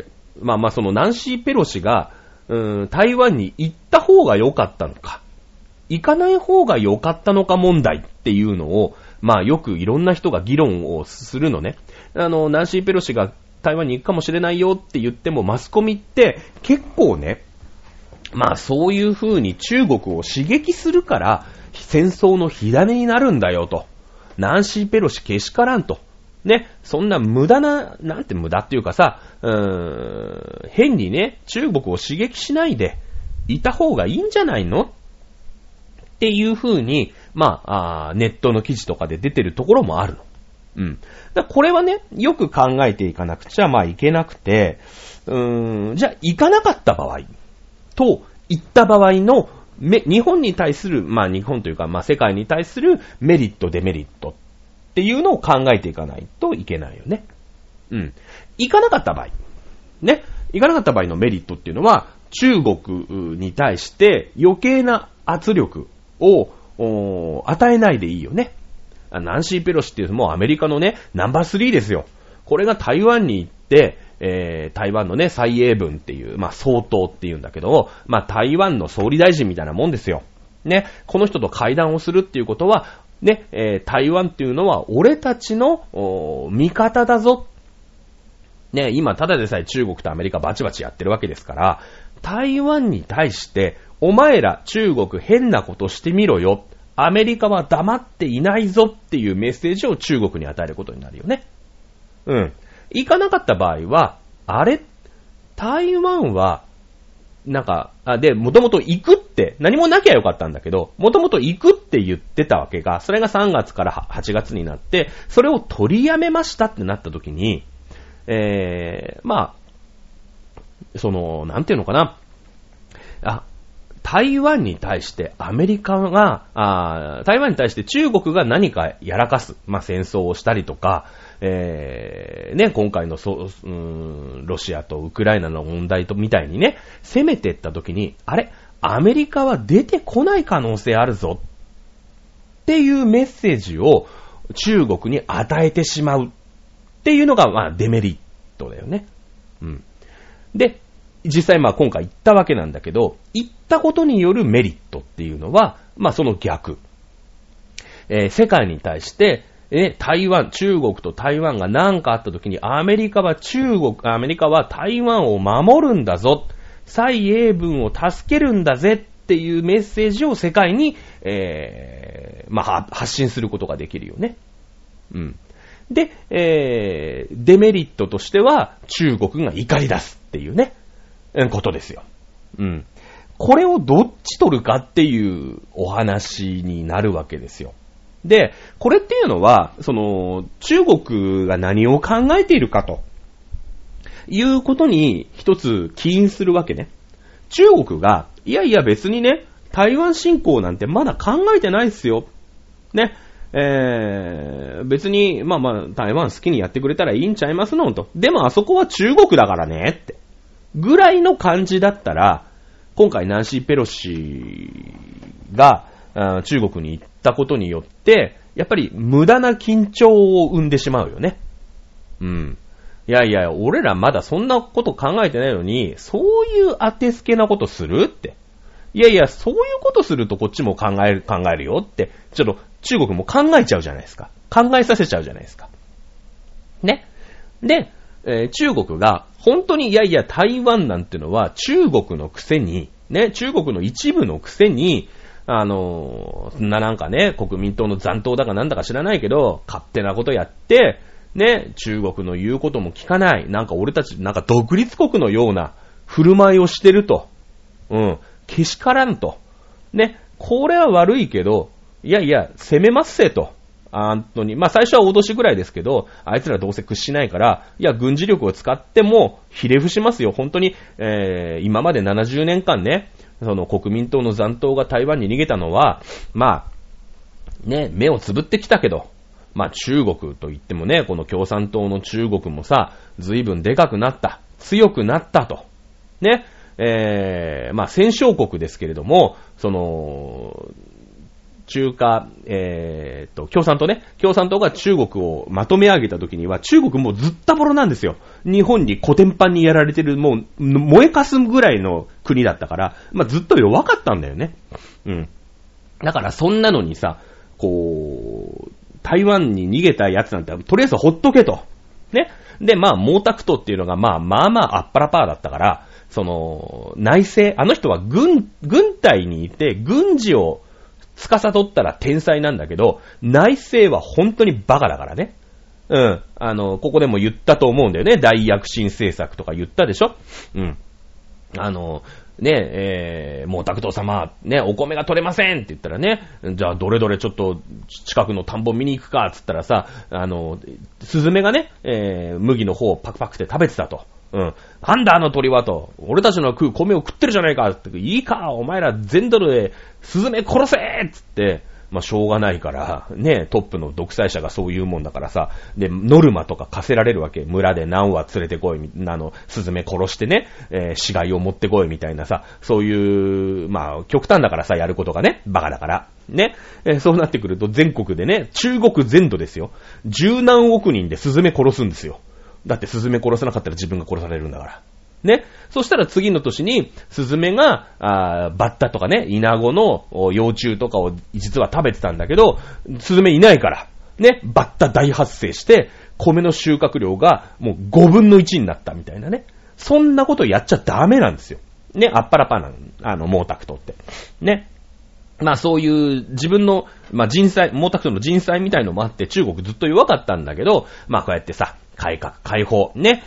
まあそのナンシー・ペロシが、台湾に行った方が良かったのか、行かない方が良かったのか問題っていうのを、まあよくいろんな人が議論をするのね。ナンシー・ペロシが台湾に行くかもしれないよって言っても、マスコミって結構ね、まあそういう風に中国を刺激するから戦争の火種になるんだよと。ナンシー・ペロシけしからんと。ね、そんな無駄な、なんて無駄っていうかさ、変にね、中国を刺激しないでいた方がいいんじゃないのっていう風に、まあ、ネットの記事とかで出てるところもあるの。うん。だこれはね、よく考えていかなくちゃ、まあいけなくて、じゃあ行かなかった場合と、行った場合の日本に対する、まあ日本というか、まあ世界に対するメリット、デメリットっていうのを考えていかないといけないよね。うん。行かなかった場合。ね。行かなかった場合のメリットっていうのは、中国に対して余計な圧力を与えないでいいよね。ナンシー・ペロシっていうもうアメリカのね、ナンバー3ですよ。これが台湾に行って、台湾のね、蔡英文っていう、まあ、総統っていうんだけど、まあ、台湾の総理大臣みたいなもんですよ。ね、この人と会談をするっていうことは、ね、台湾っていうのは俺たちの味方だぞ。ね、今ただでさえ中国とアメリカバチバチやってるわけですから、台湾に対して、お前ら中国変なことしてみろよ。 アメリカは黙っていないぞっていうメッセージを中国に与えることになるよね。うん。行かなかった場合は、台湾は、もともと行くって、何もなきゃよかったんだけど、もともと行くって言ってたわけが、それが3月から8月になって、それを取りやめましたってなった時に、なんていうのかな。台湾に対してアメリカが、台湾に対して中国が何かやらかす、戦争をしたりとか、今回のロシアとウクライナの問題みたいにね、攻めていった時に、アメリカは出てこない可能性あるぞっていうメッセージを中国に与えてしまうっていうのが、デメリットだよね。うん。で、実際今回言ったわけなんだけど、言ったことによるメリットっていうのは、その逆。世界に対して、中国と台湾が何かあった時に、アメリカは台湾を守るんだぞ、蔡英文を助けるんだぜっていうメッセージを世界に、発信することができるよね。うん。で、デメリットとしては、中国が怒り出すっていうね。ことですよ。うん。これをどっち取るかっていうお話になるわけですよ。で、これっていうのは、中国が何を考えているかということに一つ起因するわけね。中国が、いやいや別にね、台湾侵攻なんてまだ考えてないっすよ。ね。別に、台湾好きにやってくれたらいいんちゃいますのと。でもあそこは中国だからねって。ぐらいの感じだったら、今回ナンシー・ペロシが中国に行ったことによって、やっぱり無駄な緊張を生んでしまうよね。うん。いやいや、俺らまだそんなこと考えてないのに、そういう当てつけなことするって。いやいや、そういうことするとこっちも考えるよって、ちょっと中国も考えちゃうじゃないですか。考えさせちゃうじゃないですか。ね。で、中国が本当にいやいや台湾なんてのは中国のくせにね、中国の一部のくせになんかね、国民党の残党だかなんだか知らないけど勝手なことやってね、中国の言うことも聞かない、なんか俺たちなんか独立国のような振る舞いをしてると、けしからんとね、これは悪いけどいやいや攻めますせと。最初は脅しぐらいですけど、あいつらどうせ屈しないから、いや、軍事力を使っても、ひれ伏しますよ。本当に、今まで70年間ね、国民党の残党が台湾に逃げたのは、目をつぶってきたけど、中国といってもね、この共産党の中国もさ、随分でかくなった。強くなったと。ね。戦勝国ですけれども、共産党が中国をまとめ上げた時には、中国もうずったぼろなんですよ。日本にコテンパンにやられてる、もう、燃えかすぐらいの国だったから、ずっと弱かったんだよね。うん。だからそんなのにさ、台湾に逃げたやつなんて、とりあえずほっとけと。ね。で、毛沢東っていうのが、あっぱらパーだったから、内政、あの人は軍隊にいて、軍事を、司ったら天才なんだけど、内政は本当にバカだからね。ここでも言ったと思うんだよね。大躍進政策とか言ったでしょ。毛沢東様、ね、お米が取れませんって言ったらね、じゃあどれどれちょっと近くの田んぼ見に行くかって言ったらさ、スズメがね、麦の方をパクパクって食べてたと。なんだあの鳥はと。俺たちの食う米を食ってるじゃないかって。いいか、お前ら全ドルでスズメ殺せっつって、しょうがないから、ね、トップの独裁者がそういうもんだからさ、で、ノルマとか課せられるわけ。村で何羽連れてこい、スズメ殺してね、死骸を持ってこいみたいなさ、そういう、極端だからさ、やることがね、バカだから。ね、そうなってくると全国でね、中国全土ですよ。十何億人でスズメ殺すんですよ。だってスズメ殺せなかったら自分が殺されるんだから。ね。そしたら次の年に、スズメが、バッタとかね、イナゴの幼虫とかを実は食べてたんだけど、スズメいないから、ね、バッタ大発生して、米の収穫量がもう5分の1になったみたいなね。そんなことやっちゃダメなんですよ。ね、あっぱらパーなの、毛沢東って。ね。 まあそういう自分の、まあ人災、毛沢東の人災みたいのもあって中国ずっと弱かったんだけど、まあこうやってさ、改革、開放、ね、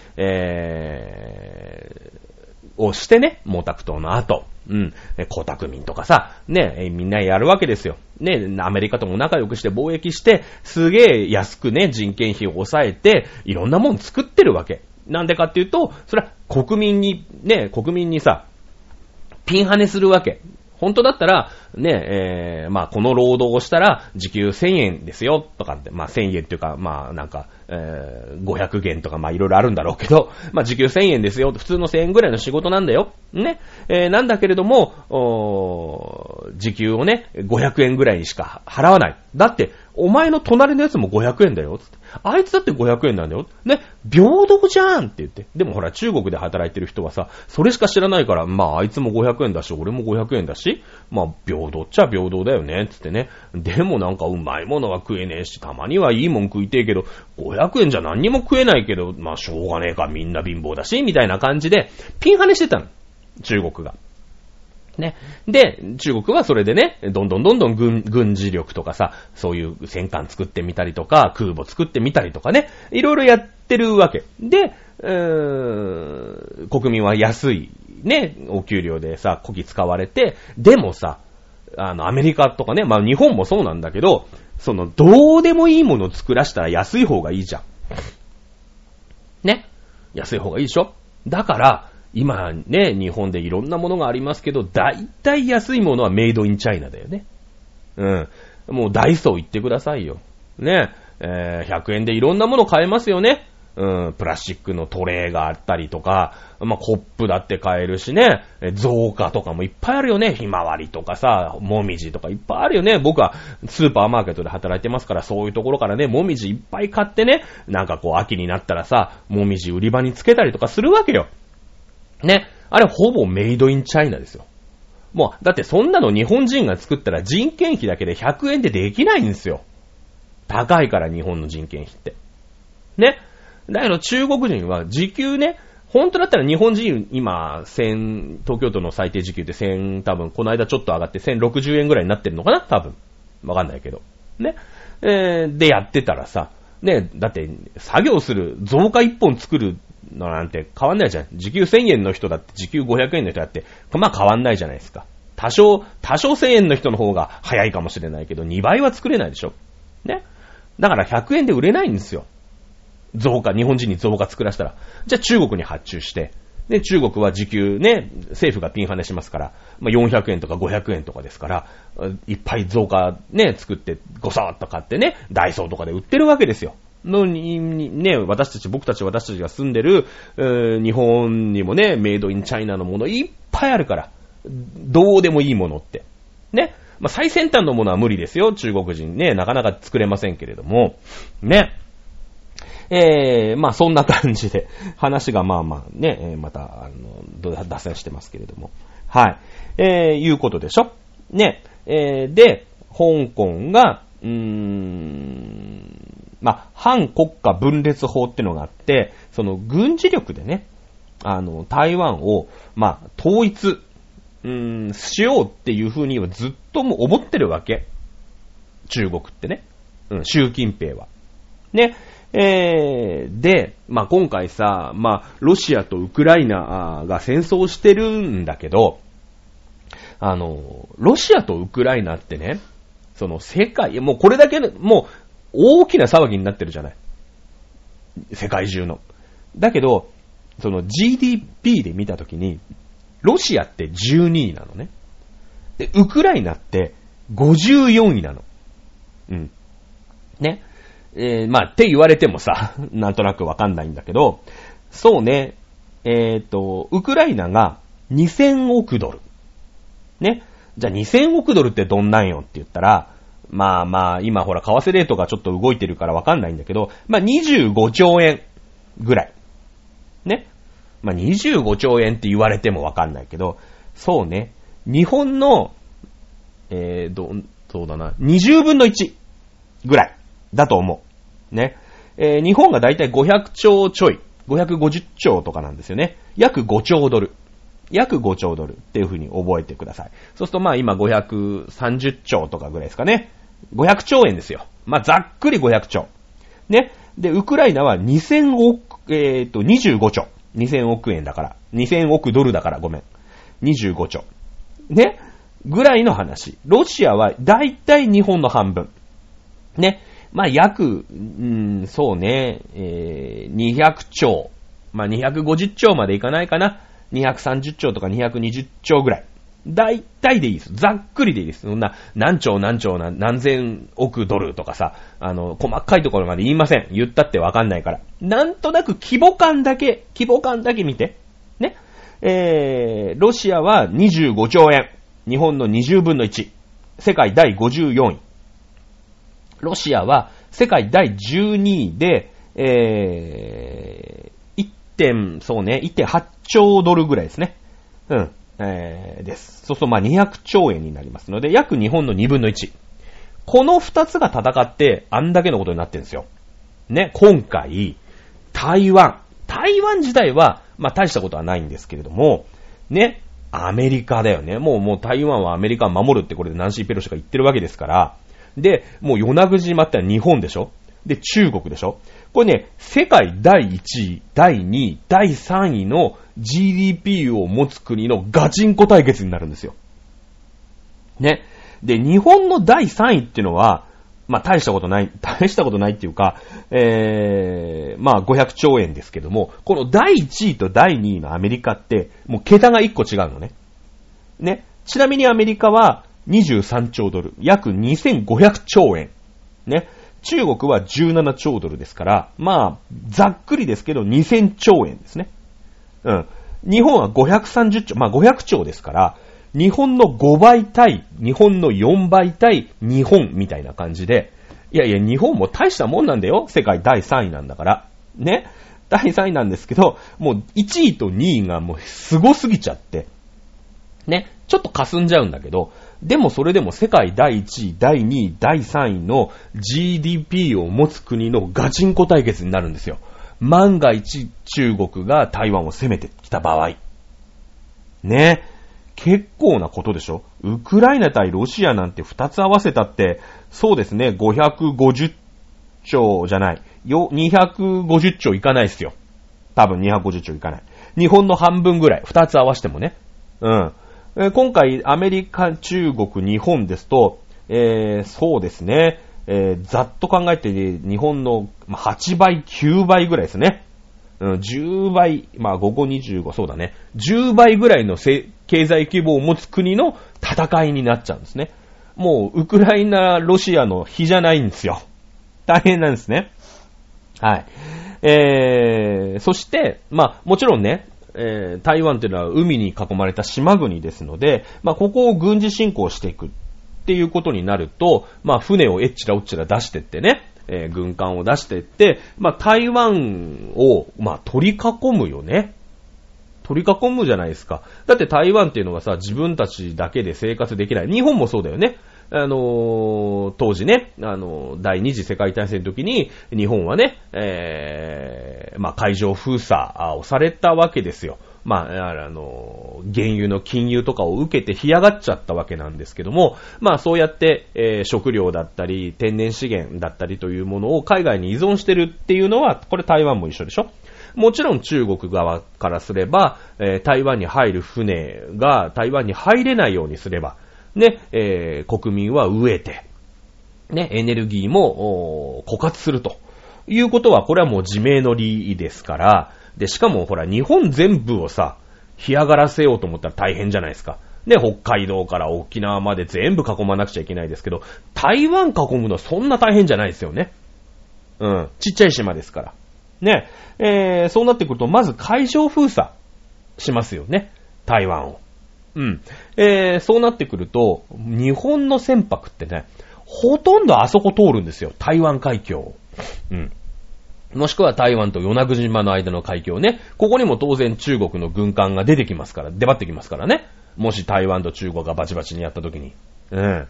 をしてね、毛沢東の後、江沢民とかさ、ね、みんなやるわけですよ。ね、アメリカとも仲良くして貿易して、すげえ安くね、人件費を抑えて、いろんなもん作ってるわけ。なんでかっていうと、それは国民にさ、ピンハネするわけ。本当だったら、ね、まあ、この労働をしたら、時給1000円ですよ、とかって、まあ、1000円っていうか、まあ、なんか、500元とか、まあ、いろいろあるんだろうけど、まあ、時給1000円ですよ、普通の1000円ぐらいの仕事なんだよ。ね。なんだけれども、時給をね、500円ぐらいにしか払わない。だって、お前の隣のやつも500円だよ、つって。あいつだって500円なんだよ。ね、平等じゃんって言って。でもほら、中国で働いてる人はさ、それしか知らないから、まあ、あいつも500円だし、俺も500円だし、まあ、平等っちゃ平等だよね、つってね。でもなんかうまいものは食えねえし、たまにはいいもん食いてえけど、500円じゃ何にも食えないけど、まあ、しょうがねえか、みんな貧乏だし、みたいな感じで、ピンハネしてたの。中国が。ね。で、中国はそれでね、どんどん軍事力とかさ、そういう戦艦作ってみたりとか、空母作ってみたりとかね、いろいろやってるわけ。で、国民は安い、ね、お給料でさ、こき使われて、でもさ、アメリカとかね、まあ日本もそうなんだけど、どうでもいいものを作らしたら安い方がいいじゃん。ね。安い方がいいでしょ？だから、今ね、日本でいろんなものがありますけど、だいたい安いものはメイドインチャイナだよね。もうダイソー行ってくださいよ。ね。100円でいろんなもの買えますよね。プラスチックのトレイがあったりとか、まあ、コップだって買えるしね、造花とかもいっぱいあるよね。ひまわりとかさ、もみじとかいっぱいあるよね。僕はスーパーマーケットで働いてますから、そういうところからね、もみじいっぱい買ってね、なんかこう秋になったらさ、もみじ売り場につけたりとかするわけよ。ね。あれほぼメイドインチャイナですよ。もう、だってそんなの日本人が作ったら人件費だけで100円でできないんですよ。高いから日本の人件費って。ね。だけど中国人は時給ね、本当だったら日本人今、東京都の最低時給って多分この間ちょっと上がって1060円ぐらいになってるのかな多分。わかんないけど。ね。でやってたらさ、ね、だって作業する、造花1本作るのなんて変わんないじゃん。時給1000円の人だって時給500円の人だって、まあ変わんないじゃないですか。多少1000円の人の方が早いかもしれないけど、2倍は作れないでしょ。ね。だから100円で売れないんですよ。日本人に造花作らせたら。じゃあ中国に発注して、で、中国は時給ね、政府がピンハネしますから、まあ、400円とか500円とかですから、いっぱい造花ね、作って、ごそーっと買ってね、ダイソーとかで売ってるわけですよ。のに、ね、僕たちが住んでる、日本にもね、メイドインチャイナのものいっぱいあるから、どうでもいいものって。ね。まあ、最先端のものは無理ですよ。中国人ね、なかなか作れませんけれども。ね。まあ、そんな感じで、話がまあまあね、また、脱線してますけれども。はい。いうことでしょ。ね。で、香港が、まあ、反国家分裂法ってのがあって、その軍事力でね、台湾を、まあ、統一、しようっていう風にはずっとも思ってるわけ。中国ってね。習近平は。ね。で、まあ、今回さ、まあ、ロシアとウクライナが戦争してるんだけど、ロシアとウクライナってね、その世界、もうこれだけ、もう大きな騒ぎになってるじゃない。世界中の。だけど、その GDP で見たときに、ロシアって12位なのね。で、ウクライナって54位なの。ね。まあ、って言われてもさ、なんとなくわかんないんだけど、そうね、ウクライナが2000億ドル。ね。じゃあ2000億ドルってどんなんよって言ったら、まあまあ、今ほら、為替レートがちょっと動いてるからわかんないんだけど、まあ25兆円ぐらい。ね。まあ25兆円って言われてもわかんないけど、そうね、日本の、そうだな、20分の1ぐらいだと思う。ね。日本がだいたい500兆ちょい、550兆とかなんですよね。約5兆ドル。 約5兆ドルっていう風に覚えてください。そうするとまあ今530兆とかぐらいですかね。500兆円ですよ。まあざっくり500兆。ね。で、ウクライナは25兆。2000億円だから。2000億ドルだからごめん。25兆。ね。ぐらいの話。ロシアはだいたい日本の半分。ね。まあ約、そうね、200兆。まあ250兆までいかないかな。230兆とか220兆ぐらい。だいたいでいいです。ざっくりでいいです。そんな、何兆何千億ドルとかさ、細かいところまで言いません。言ったってわかんないから。なんとなく規模感だけ見て。ね。ロシアは25兆円。日本の20分の1。世界第54位。ロシアは世界第12位で、1.8 兆ドルぐらいですね。うん。です。そうするとまあ200兆円になりますので、約日本の2分の1。この2つが戦って、あんだけのことになってるんですよ。ね、今回、台湾自体は、まあ大したことはないんですけれども、ね、アメリカだよね。もう台湾はアメリカを守るってこれでナンシー・ペロシが言ってるわけですから、で、もう与那国島って日本でしょ？で、中国でしょ？これね、世界第1位、第2位、第3位の GDP を持つ国のガチンコ対決になるんですよ。ね。で、日本の第3位っていうのは、まあ大したことないっていうか、まあ500兆円ですけども、この第1位と第2位のアメリカって、もう桁が1個違うのね。ね。ちなみにアメリカは23兆ドル、約2500兆円。ね。中国は17兆ドルですから、まあ、ざっくりですけど2000兆円ですね。うん。日本は530兆、まあ500兆ですから、日本の5倍対、日本の4倍対日本みたいな感じで、いやいや、日本も大したもんなんだよ。世界第3位なんだから。ね。第3位なんですけど、もう1位と2位がもうすごすぎちゃって、ね。ちょっと霞んじゃうんだけど、でもそれでも世界第1位、第2位、第3位の GDP を持つ国のガチンコ対決になるんですよ。万が一中国が台湾を攻めてきた場合。ね。結構なことでしょ？ウクライナ対ロシアなんて2つ合わせたって、そうですね、550兆じゃない。250兆いかないですよ。多分250兆いかない。日本の半分ぐらい。2つ合わせてもね。うん。今回、アメリカ、中国、日本ですと、そうですね、ざっと考えて、日本の8倍、9倍ぐらいですね。10倍、まあ5、5、25、そうだね。10倍ぐらいの経済規模を持つ国の戦いになっちゃうんですね。もう、ウクライナ、ロシアの比じゃないんですよ。大変なんですね。はい。そして、まあ、もちろんね、台湾というのは海に囲まれた島国ですので、まあ、ここを軍事侵攻していくっていうことになると、まあ、船をえっちらおっちら出してってね、軍艦を出してって、まあ、台湾を、まあ、取り囲むよね。取り囲むじゃないですか。だって台湾っていうのはさ、自分たちだけで生活できない。日本もそうだよね。当時ね、第二次世界大戦の時に、日本はね、まあ、海上封鎖をされたわけですよ。まあ、原油の禁輸とかを受けて干上がっちゃったわけなんですけども、まあ、そうやって、食料だったり、天然資源だったりというものを海外に依存してるっていうのは、これ台湾も一緒でしょ？もちろん中国側からすれば、台湾に入る船が台湾に入れないようにすれば、ね、国民は飢えて、ね、エネルギーも枯渇するということは、これはもう自明の理ですから、で、しかもほら、日本全部をさ、干上がらせようと思ったら大変じゃないですか。ね、北海道から沖縄まで全部囲まなくちゃいけないですけど、台湾囲むのそんな大変じゃないですよね。うん、ちっちゃい島ですから。ね、そうなってくると、まず海上封鎖しますよね、台湾を。うん。そうなってくると、日本の船舶ってね、ほとんどあそこ通るんですよ。台湾海峡。うん。もしくは台湾と与那国島の間の海峡ね。ここにも当然中国の軍艦が出てきますから、出張ってきますからね。もし台湾と中国がバチバチにやった時に。うん。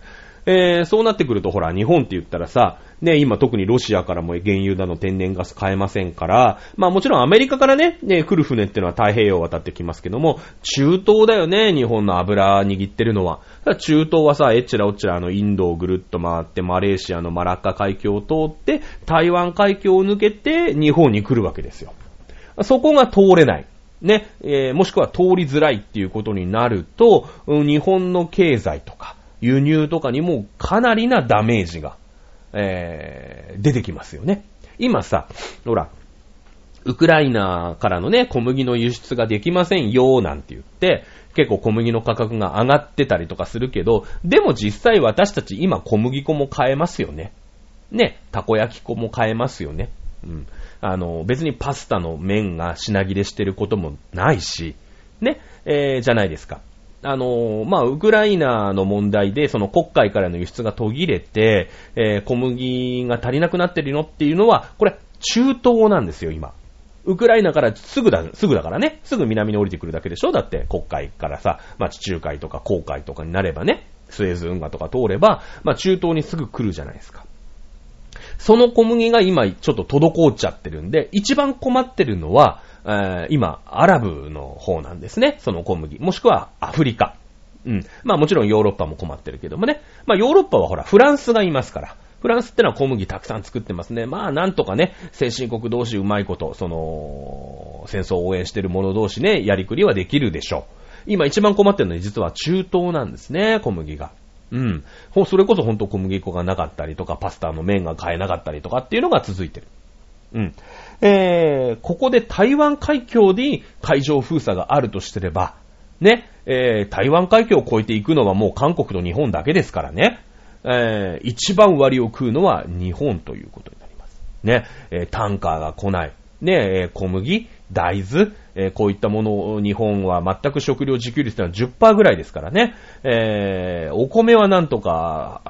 そうなってくるとほら、日本って言ったらさ、ね、今特にロシアからも原油だの天然ガス買えませんから、まあもちろんアメリカからね、来る船っていうのは太平洋を渡ってきますけども、中東だよね、日本の油握ってるのは。中東はさ、えっちらおっちらインドをぐるっと回って、マレーシアのマラッカ海峡を通って、台湾海峡を抜けて日本に来るわけですよ。そこが通れない。ね、もしくは通りづらいっていうことになると、日本の経済とか輸入とかにもかなりなダメージが、出てきますよね。今さ、ほら、ウクライナからのね、小麦の輸出ができませんよ、なんて言って、結構小麦の価格が上がってたりとかするけど、でも実際私たち今小麦粉も買えますよね。ね、たこ焼き粉も買えますよね。うん。別にパスタの麺が品切れしてることもないし、ね、じゃないですか。ウクライナの問題で、その黒海からの輸出が途切れて、小麦が足りなくなってるのっていうのは、これ、中東なんですよ、今。ウクライナからすぐだからね、すぐ南に降りてくるだけでしょ。だって黒海からさ、地中海とか紅海とかになればね、スエズ運河とか通れば、中東にすぐ来るじゃないですか。その小麦が今ちょっと滞っちゃってるんで、一番困ってるのは、今、アラブの方なんですね、その小麦。もしくはアフリカ。うん。もちろんヨーロッパも困ってるけどもね。ヨーロッパはほら、フランスがいますから。フランスってのは小麦たくさん作ってますね。なんとかね、先進国同士うまいこと、戦争を応援してる者同士ね、やりくりはできるでしょう。今一番困ってるのは実は中東なんですね、小麦が。うん。それこそ本当小麦粉がなかったりとか、パスタの麺が買えなかったりとかっていうのが続いてる。うん。ここで台湾海峡に海上封鎖があるとしてれば、ね、台湾海峡を越えていくのはもう韓国と日本だけですからね。一番割を食うのは日本ということになります。ね、タンカーが来ない。ね、小麦、大豆、こういったものを日本は全く食料自給率というのは 10% ぐらいですからね。お米はなんとか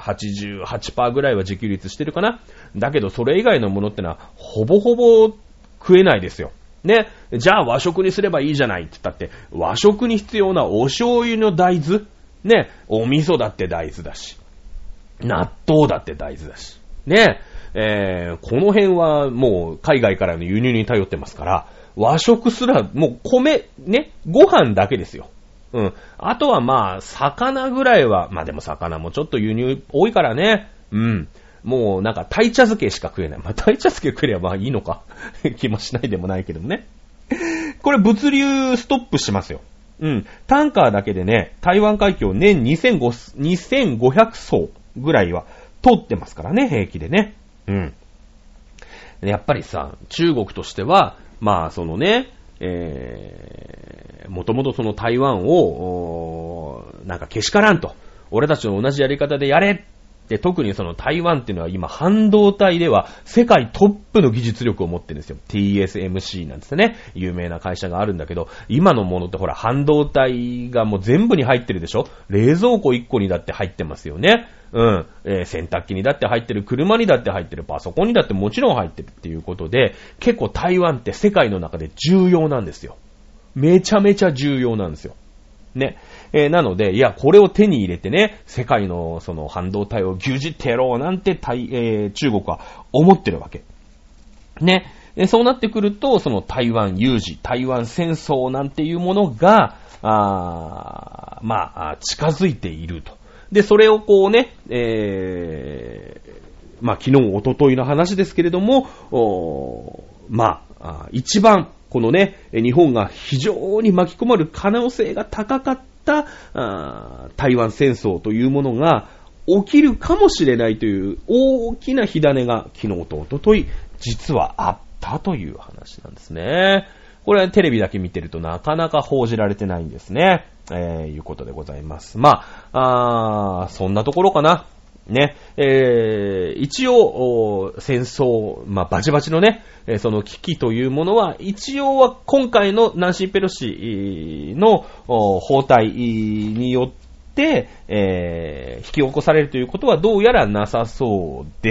88% ぐらいは自給率してるかな。だけどそれ以外のものってのはほぼほぼ食えないですよ。ね。じゃあ和食にすればいいじゃないって言ったって、和食に必要なお醤油の大豆、ね、お味噌だって大豆だし、納豆だって大豆だし、ね。この辺はもう海外からの輸入に頼ってますから、和食すらもう米、ね、ご飯だけですよ。うん。あとは魚ぐらいは、でも魚もちょっと輸入多いからね。うん。もうなんか鯛茶漬けしか食えない。鯛茶漬け食えればいいのか気もしないでもないけどもね。これ物流ストップしますよ。うん。タンカーだけでね、台湾海峡年2500艘ぐらいは通ってますからね、平気でね。うん。やっぱりさ、中国としては、そのね、もともとその台湾を、なんかけしからんと。俺たちと同じやり方でやれで、特にその台湾っていうのは今半導体では世界トップの技術力を持ってるんですよ。TSMC なんですね。有名な会社があるんだけど、今のものってほら半導体がもう全部に入ってるでしょ。冷蔵庫1個にだって入ってますよね。うん。洗濯機にだって入ってる、車にだって入ってる、パソコンにだってもちろん入ってるっていうことで、結構台湾って世界の中で重要なんですよ。めちゃめちゃ重要なんですよ。ね。なので、いや、これを手に入れてね、世界のその半導体を牛耳ってやろうなんて中国は思ってるわけ。ね。そうなってくると、その台湾有事、台湾戦争なんていうものが、近づいていると。で、それをこうね、昨日、一昨日の話ですけれども、一番、このね、日本が非常に巻き込まれる可能性が高かった台湾戦争というものが起きるかもしれないという大きな火種が昨日と一昨日実はあったという話なんですね。これはテレビだけ見てるとなかなか報じられてないんですね。いうことでございます。そんなところかな。ね、一応、戦争、バチバチのね、その危機というものは、一応は今回のナンシー・ペロシの訪台によって、引き起こされるということはどうやらなさそうです。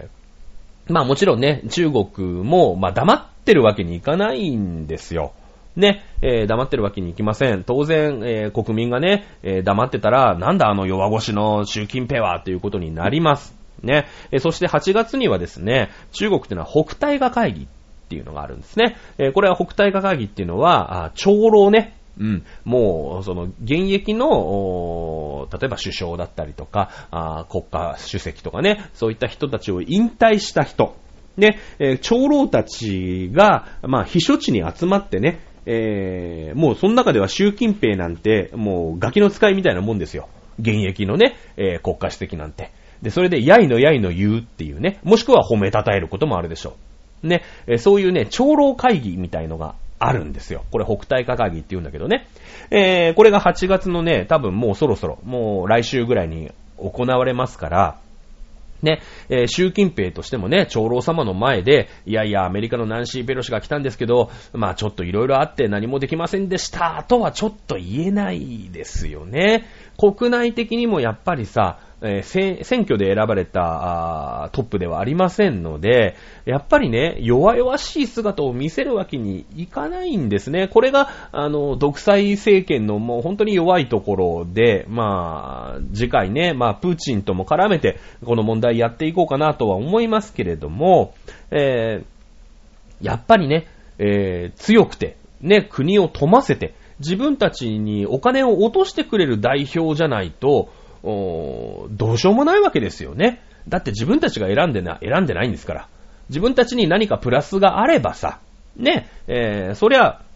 もちろんね、中国も、黙ってるわけにいかないんですよ。 ね、黙ってるわけにいきません。当然、国民がね、黙ってたら、なんだあの弱腰の習近平はということになります。ね。そして8月にはですね、中国っていうのは北戴河会議っていうのがあるんですね。これは北戴河会議っていうのは、長老ね。もう、現役の、例えば首相だったりとか、国家主席とかね、そういった人たちを引退した人。で、長老たちが、避暑地に集まってね、もうその中では習近平なんて、もうガキの使いみたいなもんですよ。現役のね、国家主席なんて。で、それで、やいの言うっていうね、もしくは褒めたたえることもあるでしょう。ね、そういうね、長老会議みたいのがあるんですよ。これ、北戴河会議って言うんだけどね。これが8月のね、多分もうそろそろ、もう来週ぐらいに行われますから、ね、習近平としてもね、長老様の前で、いやいや、アメリカのナンシー・ペロシが来たんですけど、ちょっといろいろあって何もできませんでした、とはちょっと言えないですよね。国内的にもやっぱりさ、選挙で選ばれたトップではありませんので、やっぱりね、弱々しい姿を見せるわけにいかないんですね。これが、独裁政権のもう本当に弱いところで、次回ね、プーチンとも絡めて、この問題やっていこうかなとは思いますけれども、やっぱりね、強くて、ね、国を富ませて、自分たちにお金を落としてくれる代表じゃないと、どうしようもないわけですよね。だって自分たちが選んでないんですから。自分たちに何かプラスがあればさ、ね、そりゃ、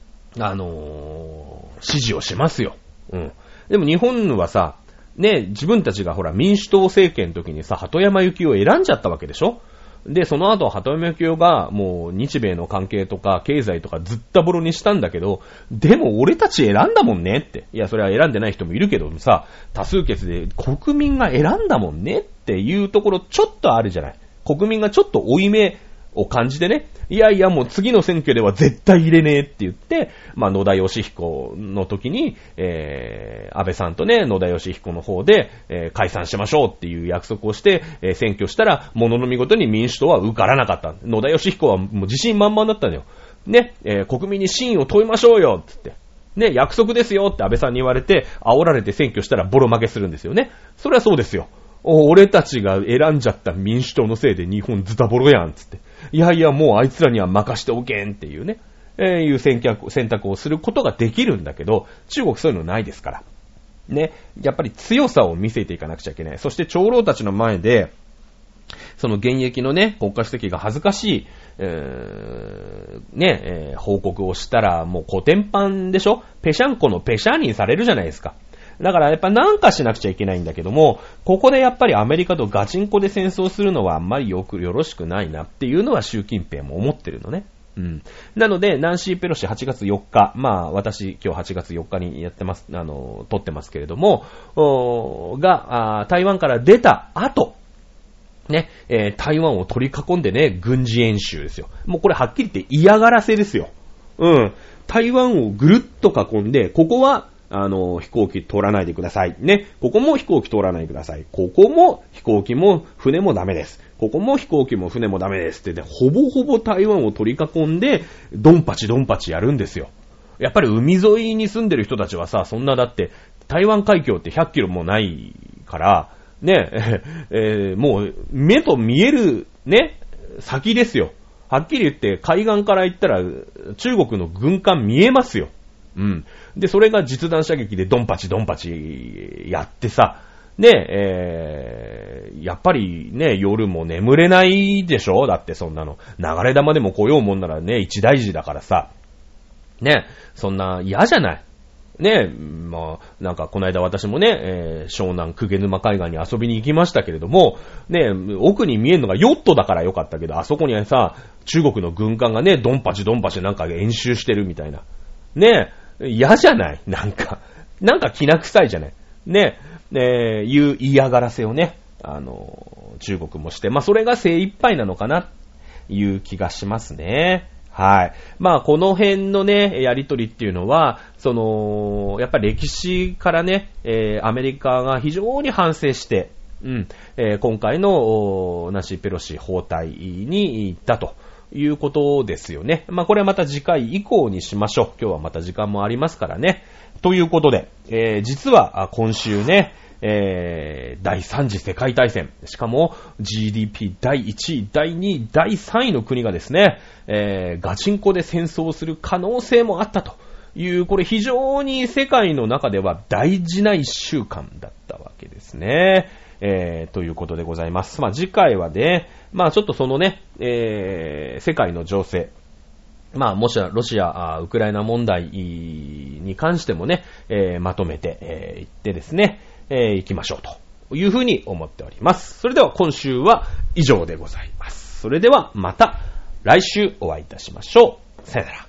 支持をしますよ。でも日本はさ、ね、自分たちがほら民主党政権の時にさ、鳩山由紀夫を選んじゃったわけでしょ。で、その後、鳩山由紀夫が、もう、日米の関係とか、経済とかずったぼろにしたんだけど、でも俺たち選んだもんねって。いや、それは選んでない人もいるけどさ、多数決で国民が選んだもんねっていうところ、ちょっとあるじゃない。国民がちょっと負い目を感じてね、いやいやもう次の選挙では絶対入れねえって言って、野田義彦の時に、安倍さんとね、野田義彦の方で、解散しましょうっていう約束をして、選挙したら、ものの見事に民主党は受からなかった。野田義彦はもう自信満々だったのよ。ね、国民に信を問いましょうよって言って。ね、約束ですよって安倍さんに言われて、煽られて選挙したらボロ負けするんですよね。それはそうですよ。俺たちが選んじゃった民主党のせいで日本ズタボロやんつって。いやいやもうあいつらには任しておけんっていうね、いう選択をすることができるんだけど、中国そういうのないですから。ね、やっぱり強さを見せていかなくちゃいけない。そして長老たちの前で、その現役のね、国家主席が恥ずかしい、報告をしたらもうコテンパンでしょ？ペシャンコのペシャーにされるじゃないですか。だからやっぱなんかしなくちゃいけないんだけども、ここでやっぱりアメリカとガチンコで戦争するのはあんまりよろしくないなっていうのは習近平も思ってるのね。なので、ナンシー・ペロシ8月4日、私今日8月4日にやってます、撮ってますけれども、台湾から出た後、ね、台湾を取り囲んでね、軍事演習ですよ。もうこれはっきり言って嫌がらせですよ。台湾をぐるっと囲んで、ここは、飛行機通らないでください。ね。ここも飛行機通らないでください。ここも飛行機も船もダメです。ここも飛行機も船もダメですって言って、ほぼほぼ台湾を取り囲んで、ドンパチやるんですよ。やっぱり海沿いに住んでる人たちはさ、そんなだって、台湾海峡って100キロもないから、ね、もう、目と見える、ね、先ですよ。はっきり言って、海岸から行ったら、中国の軍艦見えますよ。で、それが実弾射撃でドンパチやってさ、ね、やっぱりね、夜も眠れないでしょ？だってそんなの。流れ弾でも来ようもんならね、一大事だからさ。ね、そんな嫌じゃない。ね、なんかこの間私もね、湘南鵠沼海岸に遊びに行きましたけれども、ね、奥に見えるのがヨットだからよかったけど、あそこにはさ、中国の軍艦がね、ドンパチなんか演習してるみたいな。ね、嫌じゃない？なんか気な臭いじゃない？ね、いう嫌がらせをね、中国もして、それが精一杯なのかな、いう気がしますね。はい。この辺のね、やりとりっていうのは、やっぱり歴史からね、アメリカが非常に反省して、今回のナンシー・ペロシ訪台に行ったということですよね。これはまた次回以降にしましょう。今日はまた時間もありますからね。ということで、実は今週ね、第3次世界大戦、しかも GDP 第1位、第2位、第3位の国がですね、ガチンコで戦争をする可能性もあったという、これ非常に世界の中では大事な1週間だったわけですね。ということでございます。次回はね、ちょっとそのね、世界の情勢、もしロシア、ウクライナ問題に関してもね、まとめていってですね、行きましょうというふうに思っております。それでは今週は以上でございます。それではまた来週お会いいたしましょう。さよなら。